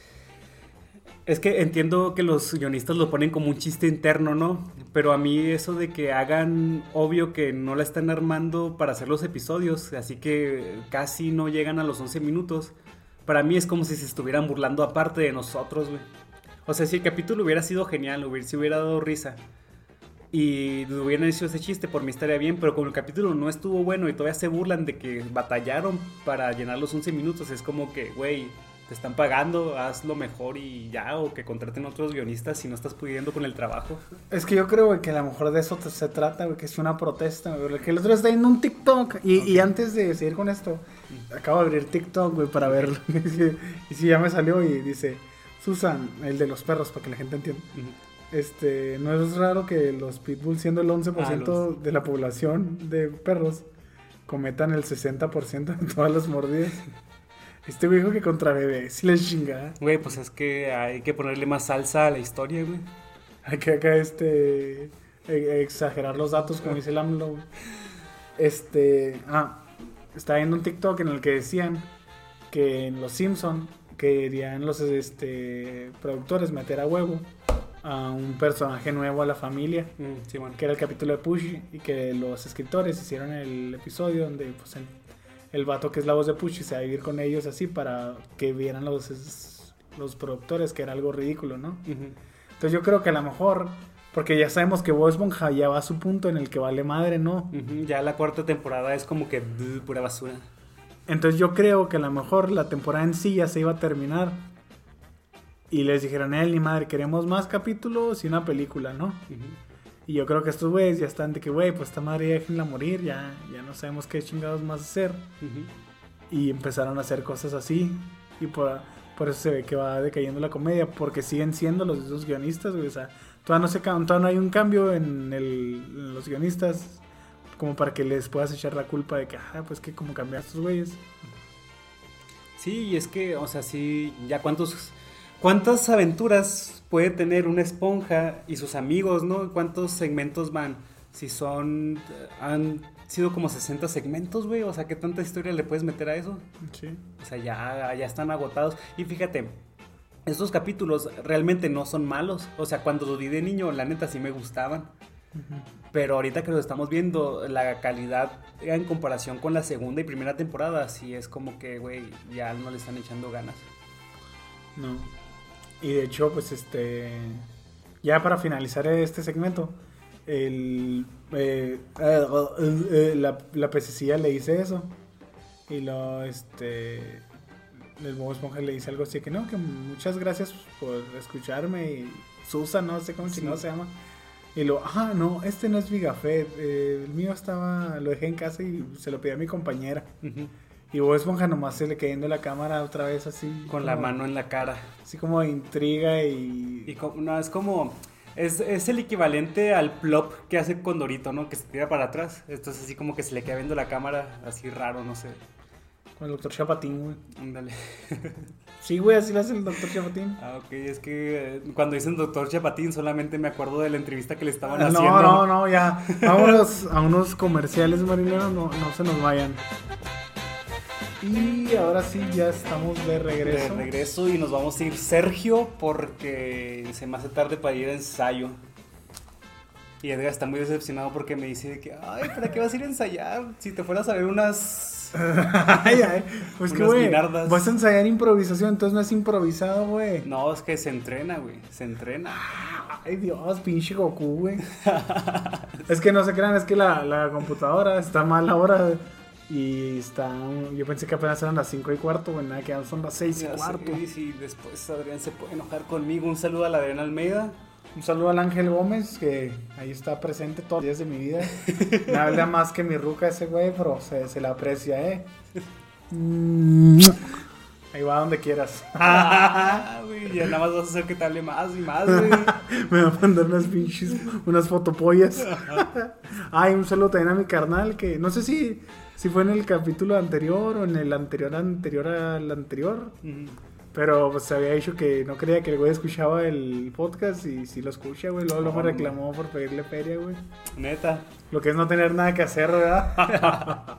Es que entiendo que los guionistas lo ponen como un chiste interno, ¿no? Pero a mí eso de que hagan obvio que no la están armando para hacer los episodios, así que casi no llegan a los 11 minutos, para mí es como si se estuvieran burlando aparte de nosotros, güey. O sea, si el capítulo hubiera sido genial, si hubiera dado risa y hubieran hecho ese chiste, por mí estaría bien, pero como el capítulo no estuvo bueno y todavía se burlan de que batallaron para llenar los 11 minutos, es como que, güey, te están pagando, hazlo mejor y ya, o que contraten otros guionistas si no estás pudiendo con el trabajo. Es que yo creo, güey, que a lo mejor de eso se trata, güey, que es una protesta, güey, que el otro está en un TikTok y antes de seguir con esto, acabo de abrir TikTok, güey, para verlo, y sí, ya me salió y dice, Susan, el de los perros, para que la gente entienda, no es raro que los pitbull, siendo el 11% de la población de perros, cometan el 60% de todas las mordidas. Güey dijo que contra bebés sí les chingada. Güey, pues es que hay que ponerle más salsa a la historia, güey. Hay que acá exagerar los datos, como dice el AMLO. Estaba viendo un TikTok en el que decían que en Los Simpson querían los productores meter a huevo a un personaje nuevo a la familia, sí, bueno. Que era el capítulo de Pushy, y que los escritores hicieron el episodio donde pues el vato que es la voz de Pushy se va a vivir con ellos así para que vieran los productores que era algo ridículo, ¿no? Entonces yo creo que a lo mejor, porque ya sabemos que Bob Esponja ya va a su punto en el que vale madre, ¿no? Ya la 4ª temporada es como que pura basura. Entonces yo creo que a lo mejor la temporada en sí ya se iba a terminar y les dijeron, ni madre, queremos más capítulos y una película, ¿no? Y yo creo que estos güeyes ya están de que, güey, pues esta madre ya déjenla morir, ya no sabemos qué chingados más hacer. Y empezaron a hacer cosas así. Y por eso se ve que va decayendo la comedia, porque siguen siendo los esos guionistas, güey. O sea, todavía no hay un cambio en los guionistas como para que les puedas echar la culpa de que, pues que como cambiaron estos güeyes. Sí, y es que, o sea, sí, ya cuántos ¿Cuántas aventuras puede tener una esponja y sus amigos, no? ¿Cuántos segmentos van? Si son... Han sido como 60 segmentos, güey. O sea, ¿qué tanta historia le puedes meter a eso? Sí. O sea, ya están agotados. Y fíjate, estos capítulos realmente no son malos. O sea, cuando los vi de niño, la neta sí me gustaban. Pero ahorita que los estamos viendo, la calidad en comparación con la segunda y primera temporada, sí es como que, güey, ya no le están echando ganas. No. Y de hecho, pues ya para finalizar este segmento, la pececilla le dice eso. Y el Bob Esponja le dice algo así que no, que muchas gracias por escucharme. Y Susan, no sé cómo chingado se llama. Y no, este no es Bigafett, el mío lo dejé en casa y se lo pedí a mi compañera. Uh-huh. Y Bob Esponja nomás se le quedó viendo la cámara otra vez así. Con como, la mano en la cara. Así como de intriga no, es como... Es el equivalente al plop que hace Condorito, ¿no? Que se tira para atrás. Esto es así como que se le queda viendo la cámara, así raro, no sé. Con el Dr. Chapatín, güey. Ándale. Sí, güey, así lo hace el Dr. Chapatín. Ah, ok, es que cuando dicen Dr. Chapatín solamente me acuerdo de la entrevista que le estaban haciendo. No, ya. Vámonos a unos comerciales, marineros, no se nos vayan. Y ahora sí, ya estamos de regreso. De regreso y nos vamos a ir, Sergio, porque se me hace tarde para ir a ensayo. Y Edgar está muy decepcionado porque me dice que, ay, ¿para qué vas a ir a ensayar? Si te fueras a ver unas... Pues que, güey, vas a ensayar improvisación, entonces no es improvisado, güey. No, es que se entrena, güey, se entrena. Ay, Dios, pinche Goku, güey. Es que no se crean, es que la computadora está mal ahora, y yo pensé que apenas eran las 5:15, güey, nada, que son las 6:15. Sí, después Adrián se puede enojar conmigo. Un saludo a la Adrián Almeida. Un saludo al Ángel Gómez, que ahí está presente todos los días de mi vida. Me habla más que mi ruca ese güey, pero se la aprecia, Ahí va donde quieras. Güey, ya nada más vas a hacer que te hable más y más, güey. Me va a mandar unas fotopollas. Ay, un saludo también a mi carnal, que no sé si fue en el capítulo anterior o en el anterior al anterior. Uh-huh. Pero pues se había dicho que no creía que el güey escuchaba el podcast y si lo escucha, güey. Luego me reclamó por pedirle feria, güey. Neta. Lo que es no tener nada que hacer, ¿verdad?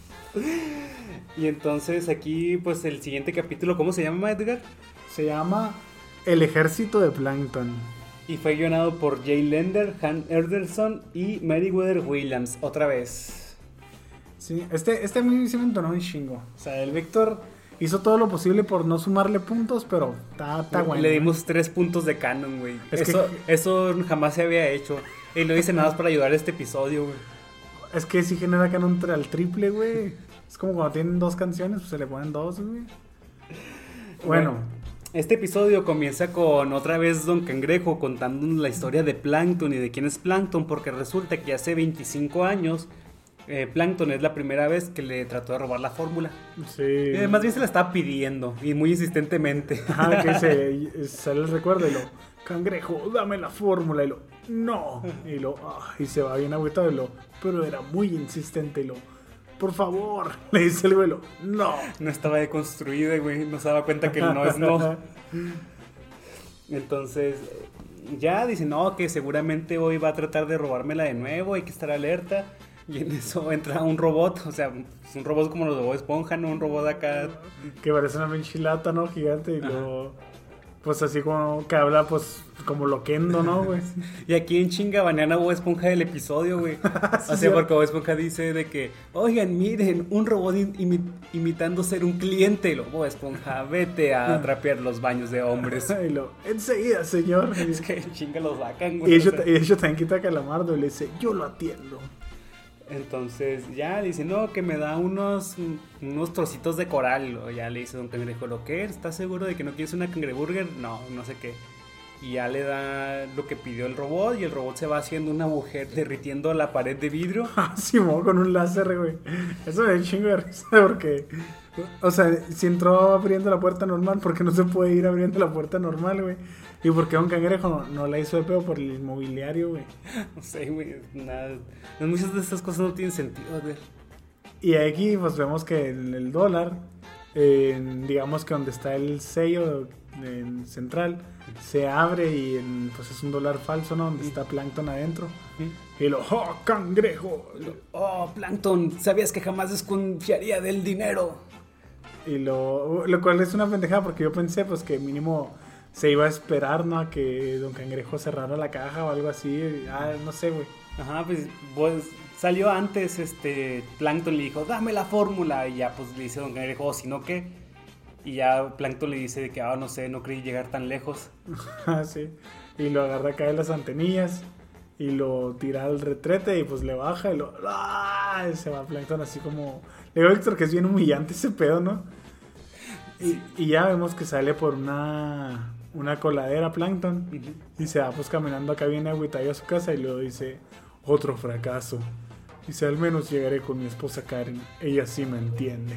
Y entonces aquí, pues el siguiente capítulo, ¿cómo se llama, Edgar? Se llama El Ejército de Plankton. Y fue guionado por Jay Lender, Han Ederson y Meriwether Williams, otra vez. Sí, a mí se me entonó un chingo. O sea, el Víctor hizo todo lo posible por no sumarle puntos, pero está bueno. Le dimos 3 puntos de canon, güey. Eso jamás se había hecho. Y lo hice nada más para ayudar a este episodio, güey. Es que sí genera canon al triple, güey. Es como cuando tienen 2 canciones, pues se le ponen 2, güey. Bueno. Este episodio comienza con otra vez Don Cangrejo contándonos la historia de Plankton y de quién es Plankton, porque resulta que hace 25 años Plankton es la primera vez que le trató de robar la fórmula. Sí. Más bien se la estaba pidiendo y muy insistentemente. Que sale el recuerdo y Cangrejo, dame la fórmula, y no. Y se va bien agüitado pero era muy insistente, por favor, le dice el güey, no. No estaba deconstruida, güey, no se daba cuenta que el no es no. Entonces, ya dice, no, que seguramente hoy va a tratar de robármela de nuevo, hay que estar alerta. Y en eso entra un robot, o sea, un robot como los de Bob Esponja, ¿no? Un robot acá. Que parece una pinchilata, ¿no? Gigante, y pues así como que habla, pues, como loquendo, ¿no, güey? Y aquí en chinga banean a Bob Esponja del episodio, güey. O sea, porque Bob Esponja dice de que, oigan, miren, un robot imitando ser un cliente. Bob Esponja, vete a trapear los baños de hombres. Enseguida, señor. Es que en chinga lo sacan, güey. Y ellos también quita a Calamardo y le dice, yo lo atiendo. Entonces ya dice, no, que me da unos trocitos de coral. O ya le dice Don Cangrejo, ¿lo qué? ¿Estás seguro de que no quieres una cangreburger? No sé qué. Y ya le da lo que pidió el robot y el robot se va haciendo un agujero, derritiendo la pared de vidrio. Sí, con un láser, güey. Eso me da un chingo de risa porque... O sea, si entró abriendo la puerta normal, ¿por qué no se puede ir abriendo la puerta normal, güey? ¿Y por qué Don Cangrejo no la hizo de pedo por el inmobiliario, güey? No sé, güey, nada. Muchas de estas cosas no tienen sentido, güey. Y aquí, pues, vemos que el dólar digamos que donde está el sello central, se abre y pues es un dólar falso, ¿no? Donde está Plankton adentro. Y ¡oh, cangrejo! ¡Oh, Plankton! ¿Sabías que jamás desconfiaría del dinero? Y lo cual es una pendejada porque yo pensé pues que mínimo se iba a esperar, ¿no? A que Don Cangrejo cerrara la caja o algo así. No sé, güey. Ajá, pues salió antes, Plankton le dijo, dame la fórmula. Y ya pues le dice Don Cangrejo, oh, si no, ¿qué? Y ya Plankton le dice de que, no sé, no creí llegar tan lejos. Sí. Y lo agarra acá de las antenillas y lo tira al retrete y pues le baja y se va Plankton así como... Le digo, Héctor, que es bien humillante ese pedo, ¿no? Y ya vemos que sale por una coladera Plankton. Y se va pues caminando acá bien agüitado a su casa y luego dice, otro fracaso. Dice, al menos llegaré con mi esposa Karen. Ella sí me entiende.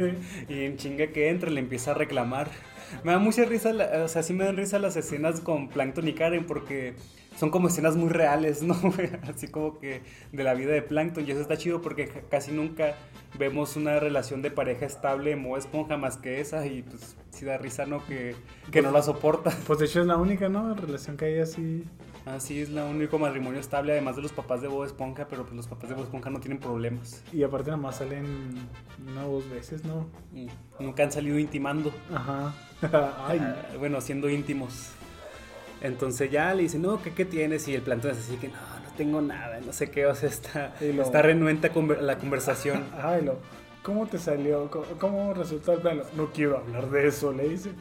Y en chinga que entra le empieza a reclamar. Me da mucha risa, sí me dan risa las escenas con Plankton y Karen porque son como escenas muy reales, ¿no? Así como que de la vida de Plankton. Y eso está chido porque casi nunca vemos una relación de pareja estable en Bob Esponja más que esa. Y pues sí da risa, ¿no? Que no la soporta. Pues de hecho es la única, ¿no? Relación que hay así... Así es la único matrimonio estable, además de los papás de Bob Esponja, pero pues los papás de Bob Esponja no tienen problemas. Y aparte nada más salen 1 o 2 veces, ¿no? Y nunca han salido intimando. Ajá. Ay. Bueno, siendo íntimos. Entonces ya le dice, no, ¿qué tienes? Y el Plankton es así que, no tengo nada, no sé qué, o sea, está renuente a la conversación. Ay, ¿cómo te salió? ¿Cómo resultó el plan? No quiero hablar de eso, le dice.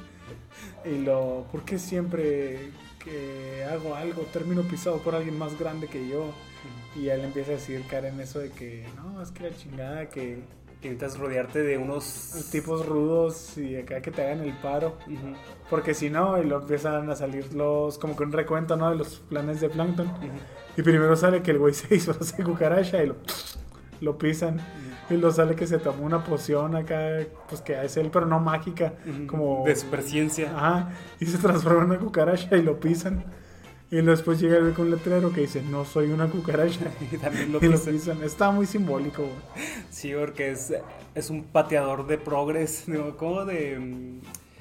Y ¿por qué siempre que hago algo termino pisado por alguien más grande que yo? Y ya le empieza a decir Karen eso de que no, es que la chingada que necesitas rodearte de unos tipos rudos y acá que te hagan el paro. Porque si no, y lo empiezan a salir como que un recuento, ¿no? De los planes de Plankton. Y primero sale que el güey se disfraza de cucaracha y lo pisan. Y luego sale que se tomó una poción acá, pues que es él, pero no mágica, como de superciencia. Ajá, y se transforma en una cucaracha y lo pisan. Y luego después llega el güey con un letrero que dice, no soy una cucaracha. Y también lo pisan. Está muy simbólico, güey. Sí, porque es un pateador de progres, ¿no? Como de...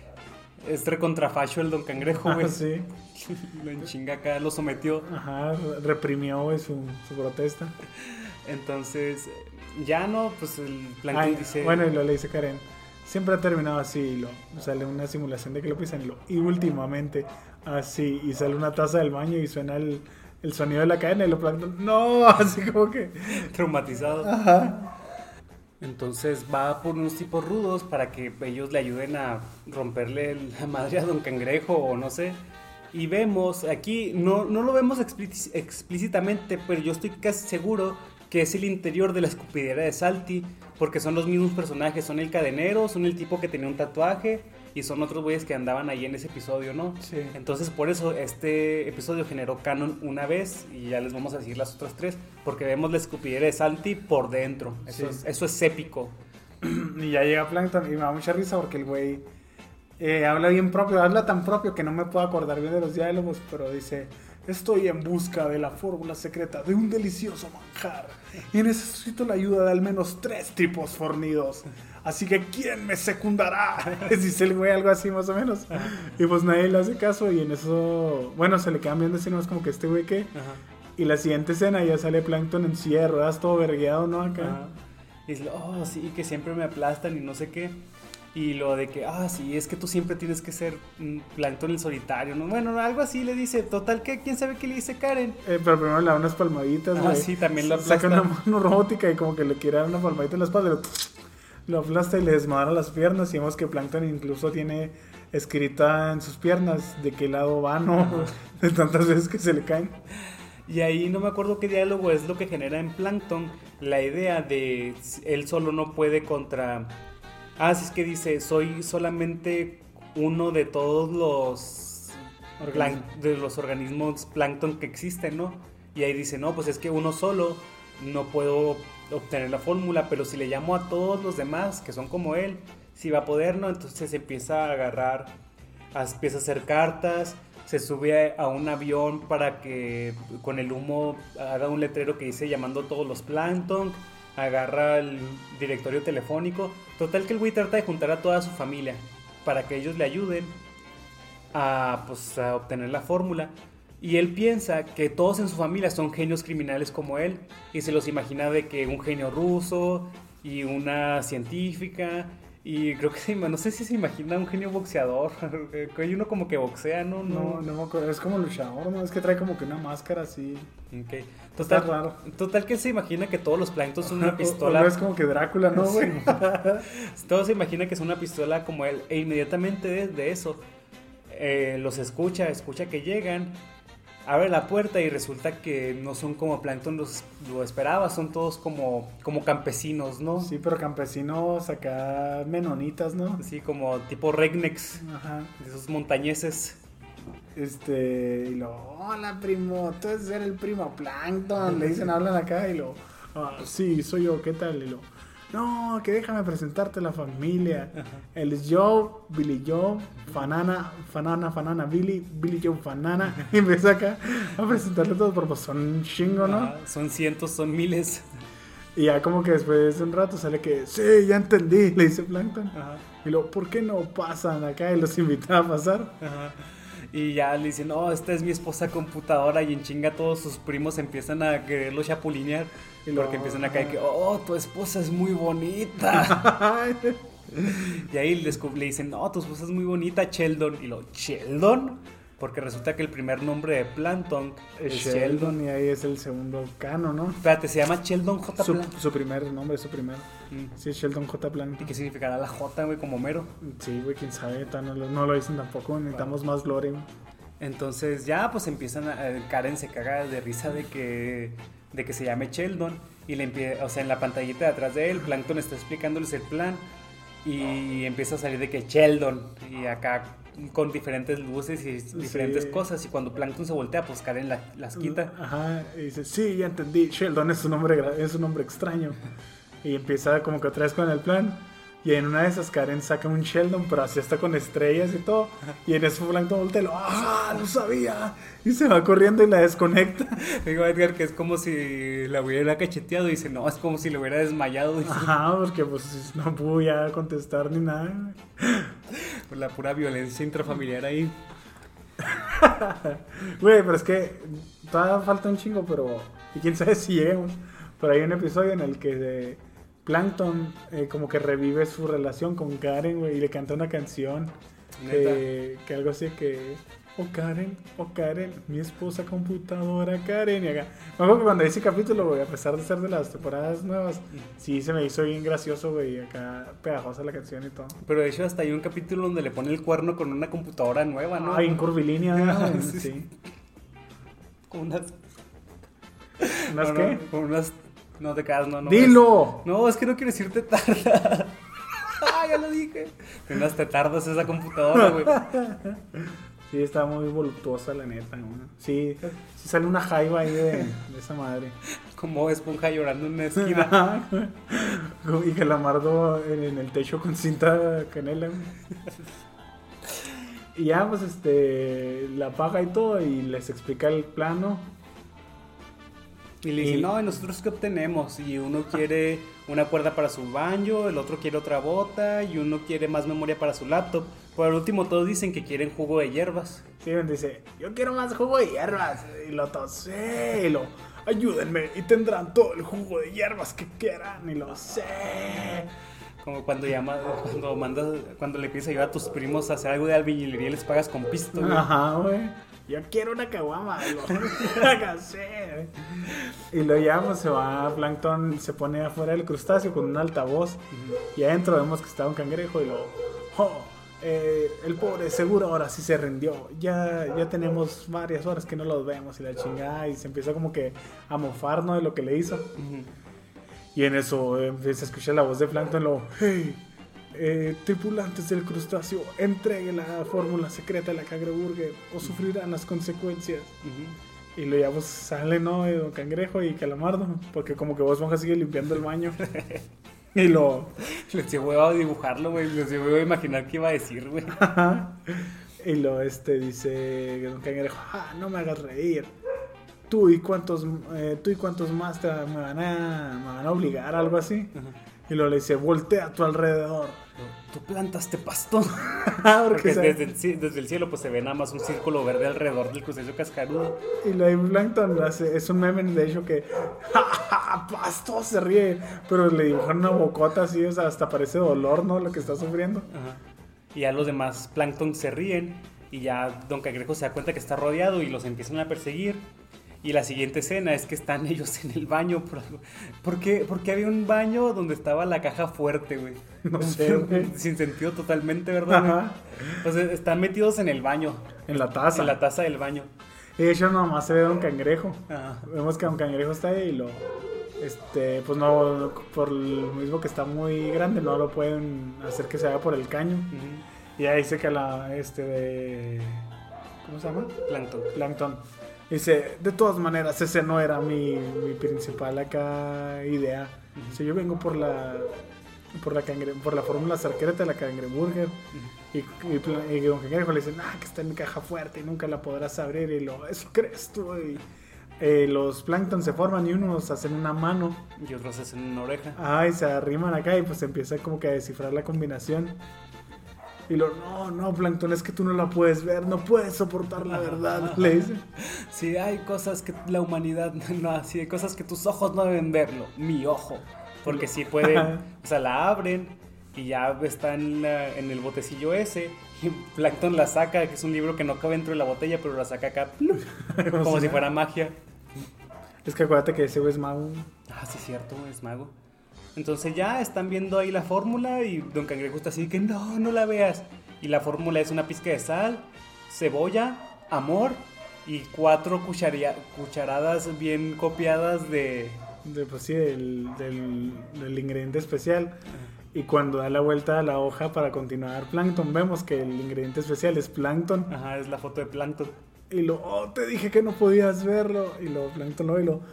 Es recontrafacho el Don Cangrejo, güey. Sí. Lo enchinga acá, lo sometió. Ajá, reprimió, güey, su protesta. Entonces, ya no, pues el Plankton dice... Bueno, y lo le dice Karen, siempre ha terminado así, y sale una simulación de que lo pisan, y últimamente así, y sale una taza del baño y suena el sonido de la cadena y lo Plankton, no, así como que... Traumatizado. Ajá. Entonces va por unos tipos rudos para que ellos le ayuden a romperle la madre a Don Cangrejo o no sé. Y vemos aquí, no lo vemos explícitamente, pero yo estoy casi seguro que es el interior de la escupidera de Salty, porque son los mismos personajes, son el cadenero, son el tipo que tenía un tatuaje y son otros güeyes que andaban ahí en ese episodio, ¿no? Sí. Entonces por eso este episodio generó canon una vez y ya les vamos a decir las otras 3, porque vemos la escupidera de Salty por dentro, eso es épico. Y ya llega Plankton y me da mucha risa porque el güey habla bien propio, habla tan propio que no me puedo acordar bien de los diálogos, pero dice... Estoy en busca de la fórmula secreta de un delicioso manjar y necesito la ayuda de al menos 3 tipos fornidos. Así que ¿quién me secundará? Dice el güey algo así más o menos. Y pues nadie le hace caso y en eso, bueno, se le quedan viendo así nomás como que este güey qué. Y la siguiente escena ya sale Plankton en silla de ruedas todo vergueado, ¿no? Acá. Y dice, sí, que siempre me aplastan y no sé qué. Y lo de que, sí, es que tú siempre tienes que ser Plankton el solitario, ¿no? Bueno, algo así le dice. Total, que ¿quién sabe qué le dice Karen? Pero primero le da unas palmaditas, güey. Sí, también lo aplasta. Saca una mano robótica y como que le quiere dar una palmadita en la espalda y lo aplasta y le desmadra las piernas. Y vemos que Plankton incluso tiene escrita en sus piernas de qué lado va, ¿no? De tantas veces que se le caen. Y ahí no me acuerdo qué diálogo es lo que genera en Plankton la idea de él solo no puede contra... sí, es que dice, soy solamente uno de todos los organismos plancton que existen, ¿no? Y ahí dice, no, pues es que uno solo no puedo obtener la fórmula, pero si le llamo a todos los demás que son como él, sí va a poder, ¿no? Entonces empieza a agarrar, empieza a hacer cartas, se sube a un avión para que con el humo haga un letrero que dice llamando a todos los plancton. agarra el directorio telefónico. Total que el güey trata de juntar a toda su familia para que ellos le ayuden a obtener la fórmula. Y él piensa que todos en su familia son genios criminales como él. Y se los imagina de que un genio ruso y una científica. Y creo que no sé si se imagina un genio boxeador. Hay uno como que boxea, ¿no? No me acuerdo. Es como luchador, ¿no? Es que trae como que una máscara así. Okay. Está raro. Total que él se imagina que todos los plancton son una pistola. O no es como que Drácula, ¿no, güey? Todos se imagina que es una pistola como él. E inmediatamente de eso los escucha que llegan. Abre la puerta y resulta que no son como plancton lo esperaba, son todos como campesinos, ¿no? Sí, pero campesinos acá menonitas, ¿no? Sí, como tipo rednecks. Ajá. Esos montañeses. Y hola primo, tú eres el primo Plankton. Le dicen, hablan acá y sí, soy yo, ¿qué tal? Y no, que déjame presentarte la familia. Ajá. Él es Joe, Billy Joe, Fanana, Billy Joe, Fanana. Y empieza acá a presentarle todos, porque son un chingo, ¿no? Son cientos, son miles. Y ya como que después de un rato sale que, sí, ya entendí, le dice Plankton. Ajá. Y ¿por qué no pasan acá? Y los invita a pasar. Ajá. Y ya le dicen, no, esta es mi esposa computadora. Y en chinga todos sus primos empiezan a quererlo chapulinear. Porque empiezan acá de que, tu esposa es muy bonita. Y ahí le dicen, no, tu esposa es muy bonita, Sheldon. Y ¿Sheldon? Porque resulta que el primer nombre de Plankton es Sheldon. Y ahí es el segundo cano, ¿no? Espérate, se llama Sheldon J. Plankton. Su primer nombre, su primero. Sí, Sheldon J. Plankton. ¿Y qué significará la J, güey, como mero? Sí, güey, quién sabe, no lo dicen tampoco, necesitamos más lore, güey. Entonces ya, pues empiezan Karen se caga de risa de que se llame Sheldon. Y en la pantallita de atrás de él, Plankton está explicándoles el plan. Y empieza a salir de que Sheldon. Y acá con diferentes luces y diferentes cosas. Y cuando Plankton se voltea, pues Karen las quita. Ajá, y dice, sí, ya entendí, Sheldon es un nombre extraño. Y empieza como que otra vez con el plan. Y en una de esas Karen saca un Sheldon, pero así está con estrellas y todo. Y en eso Plankton voltea y ¡lo sabía! Y se va corriendo y la desconecta. Digo Edgar que es como si la hubiera cacheteado. Y dice, no, es como si le hubiera desmayado. Dice. Ajá, porque pues no pudo ya contestar ni nada. Por la pura violencia intrafamiliar ahí. Güey, pero es que todavía falta un chingo, pero... Y quién sabe si lleguemos. Pero hay un episodio en el que... Plankton como que revive su relación con Karen, güey, y le canta una canción que algo así que Karen, mi esposa computadora Karen, y acá. Me acuerdo que cuando ese capítulo, güey, a pesar de ser de las temporadas nuevas, sí se me hizo bien gracioso, güey, acá pegajosa la canción y todo. Pero de hecho hasta hay un capítulo donde le pone el cuerno con una computadora nueva, ¿no? En curvilínea, ¿no? Sí. Con unas... ¿Unas qué? Con unas... No te cagas, no. ¡Dilo! No, es que no quiero decir tetarda. Ya lo dije. Que unas tetardas esa computadora, güey. Sí, está muy voluptuosa, la neta, güey. Sí sale una jaiba ahí de esa madre. Como esponja llorando en una esquina. Y Calamardo en el techo con cinta canela, güey. Y ya, pues, la apaga y todo y les explica el plano. Y le dicen, no, ¿y nosotros qué obtenemos? Y uno quiere una cuerda para su banjo, el otro quiere otra bota, y uno quiere más memoria para su laptop. Por el último todos dicen que quieren jugo de hierbas. Sí, dice, yo quiero más jugo de hierbas. Y lo tosé, ayúdenme, y tendrán todo el jugo de hierbas que quieran, y lo sé. Como cuando cuando le pides ayuda a tus primos a hacer algo de albañilería y les pagas con pisto, güey. Ajá, güey. Yo quiero una caguama, hágase. Y luego ya pues, se va Plankton, se pone afuera del crustáceo con un altavoz. Y adentro vemos que está un cangrejo y el pobre seguro ahora sí se rindió. Ya tenemos varias horas que no los vemos y la chingada. Y se empieza como que a mofar, ¿no? De lo que le hizo. Y en eso empieza a escuchar la voz de Plankton, hey, tripulantes del crustáceo, entreguen la fórmula secreta de la cangreburger o sufrirán las consecuencias. Y luego ya pues sale, ¿no? Don Cangrejo y Calamardo, porque como que Bob Esponja sigue limpiando el baño. Y les llevo a dibujarlo, güey, les llevo a imaginar qué iba a decir, güey. Y dice Don Cangrejo, no me hagas reír. tú y cuántos más me van a obligar, algo así. Ajá. Y luego le dice, voltea a tu alrededor. Tú plantaste pasto. Porque desde el cielo pues se ve nada más un círculo verde alrededor del crustáceo cascarudo. Y lo de Plankton es un meme de hecho que pasto se ríe, pero le dibujan una bocota así, o sea, hasta parece dolor, ¿no? Lo que está sufriendo. Ajá. Y ya los demás plancton se ríen y ya Don Cangrejo se da cuenta que está rodeado y los empiezan a perseguir. Y la siguiente escena es que están ellos en el baño. ¿Por qué había un baño donde estaba la caja fuerte, güey? No sé, güey. Sin sentido totalmente, ¿verdad? Ajá. O sea, están metidos en el baño. En la taza. En la taza del baño. Y de hecho nomás se ve Don Cangrejo. Ajá. Vemos que Don Cangrejo está ahí y lo... pues no, por lo mismo que está muy grande, no lo pueden hacer que se haga por el caño. Uh-huh. Y ahí dice que ¿cómo se llama? Plankton. Dice, de todas maneras, ese no era mi principal acá idea. Uh-huh. Dice, yo vengo por la fórmula Sarkeret de la Cangreburger. Uh-huh. Y Don Cangrejo le dice, que está en mi caja fuerte y nunca la podrás abrir. Y eso crees tú. Y los plancton se forman y unos hacen una mano. Y otros hacen una oreja. Y se arriman acá y pues empieza como que a descifrar la combinación. Y no, Plankton, es que tú no la puedes ver, no puedes soportar la verdad, le dice. Sí, hay cosas que la humanidad, no, sí, hay cosas que tus ojos no deben verlo, mi ojo. Porque sí pueden, o sea, la abren y ya está en el botecillo ese. Y Plankton la saca, que es un libro que no cabe dentro de la botella, pero la saca acá, como si fuera magia. Es que acuérdate que ese güey es mago. Sí, cierto, es mago. Entonces ya están viendo ahí la fórmula y Don Cangrejo está así que no la veas. Y la fórmula es una pizca de sal, cebolla, amor y 4 cucharadas bien copiadas del ingrediente especial. Y cuando da la vuelta a la hoja para continuar Plankton, vemos que el ingrediente especial es Plankton. Ajá, es la foto de Plankton. Y te dije que no podías verlo. Y Plankton lo ve y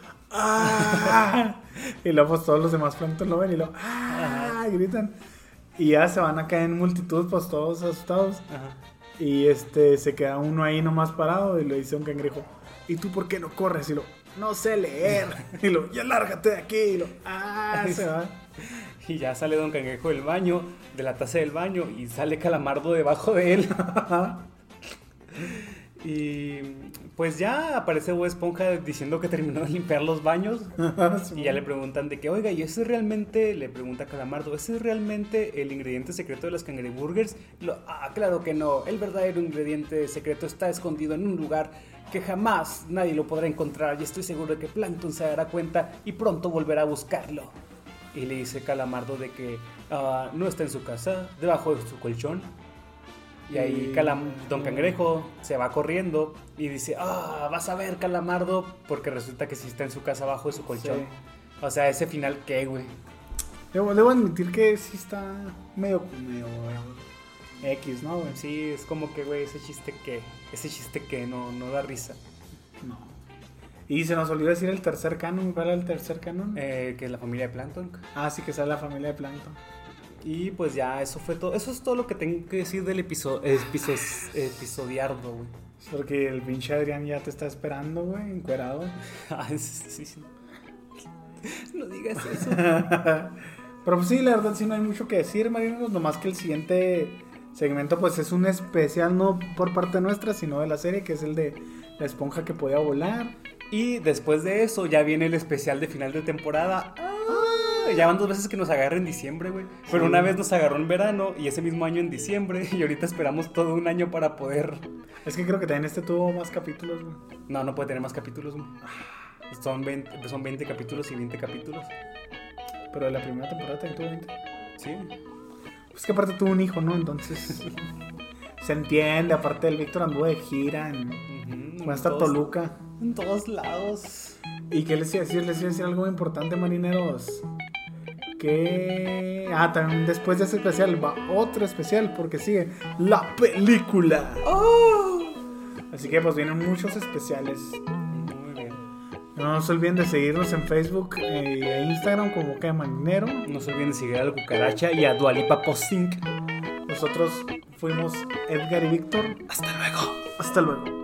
y luego pues todos los demás Plankton lo ven y gritan. Y ya se van a caer en multitud, pues todos asustados. Ajá. Y se queda uno ahí nomás parado y le dice a un cangrejo, ¿y tú por qué no corres? Y no sé leer. Y ya lárgate de aquí. Y se va. Y ya sale Don Cangrejo del baño, de la taza del baño, y sale Calamardo debajo de él. Y pues ya aparece Bob Esponja diciendo que terminó de limpiar los baños. Y ya le preguntan de que, oiga, ¿y ese es realmente? Le pregunta Calamardo, ¿ese es realmente el ingrediente secreto de las cangreburgers? Claro que no, el verdadero ingrediente secreto está escondido en un lugar que jamás nadie lo podrá encontrar. Y estoy seguro de que Plankton se dará cuenta y pronto volverá a buscarlo. Y le dice Calamardo de que no está en su casa, debajo de su colchón. Y ahí Don Cangrejo se va corriendo y dice, vas a ver, Calamardo, porque resulta que sí está en su casa abajo de su colchón. Sí. O sea, ese final, ¿qué, güey? Debo admitir que sí está medio X, ¿no, güey? Sí, es como que, güey, ese chiste que no da risa. No. Y se nos olvidó decir el tercer canon. ¿Cuál era el tercer canon? Que es la familia de Plankton. Sí, que sale la familia de Plankton. Y pues ya, eso fue todo. Eso es todo lo que tengo que decir del episodiardo, güey. Porque el pinche Adrián ya te está esperando, güey, encuerado. Sí. No digas eso. Pero pues sí, la verdad sí no hay mucho que decir, marinos. Nomás que el siguiente segmento pues es un especial, no por parte nuestra, sino de la serie, que es el de la esponja que podía volar. Y después de eso ya viene el especial de final de temporada. Ya van 2 veces que nos agarra en diciembre, güey. Pero una vez nos agarró en verano y ese mismo año en diciembre. Y ahorita esperamos todo un año para poder... Es que creo que también tuvo más capítulos, güey. No puede tener más capítulos, güey. Son 20 capítulos y 20 capítulos. Pero la primera temporada también tuvo 20. Sí. Pues que aparte tuvo un hijo, ¿no? Entonces... se entiende. Aparte el Víctor anduvo de gira fue hasta Toluca. En todos lados. ¿Y qué les iba a decir? Les iba a decir algo muy importante, marineros. Que... también después de ese especial va otro especial, porque sigue la película. Así que pues vienen muchos especiales. Muy bien. No se olviden de seguirnos en Facebook e Instagram como Boca de Marinero. No se olviden de seguir a la Cucaracha y a Dualipa Posting. Nosotros fuimos Edgar y Víctor. Hasta luego. Hasta luego.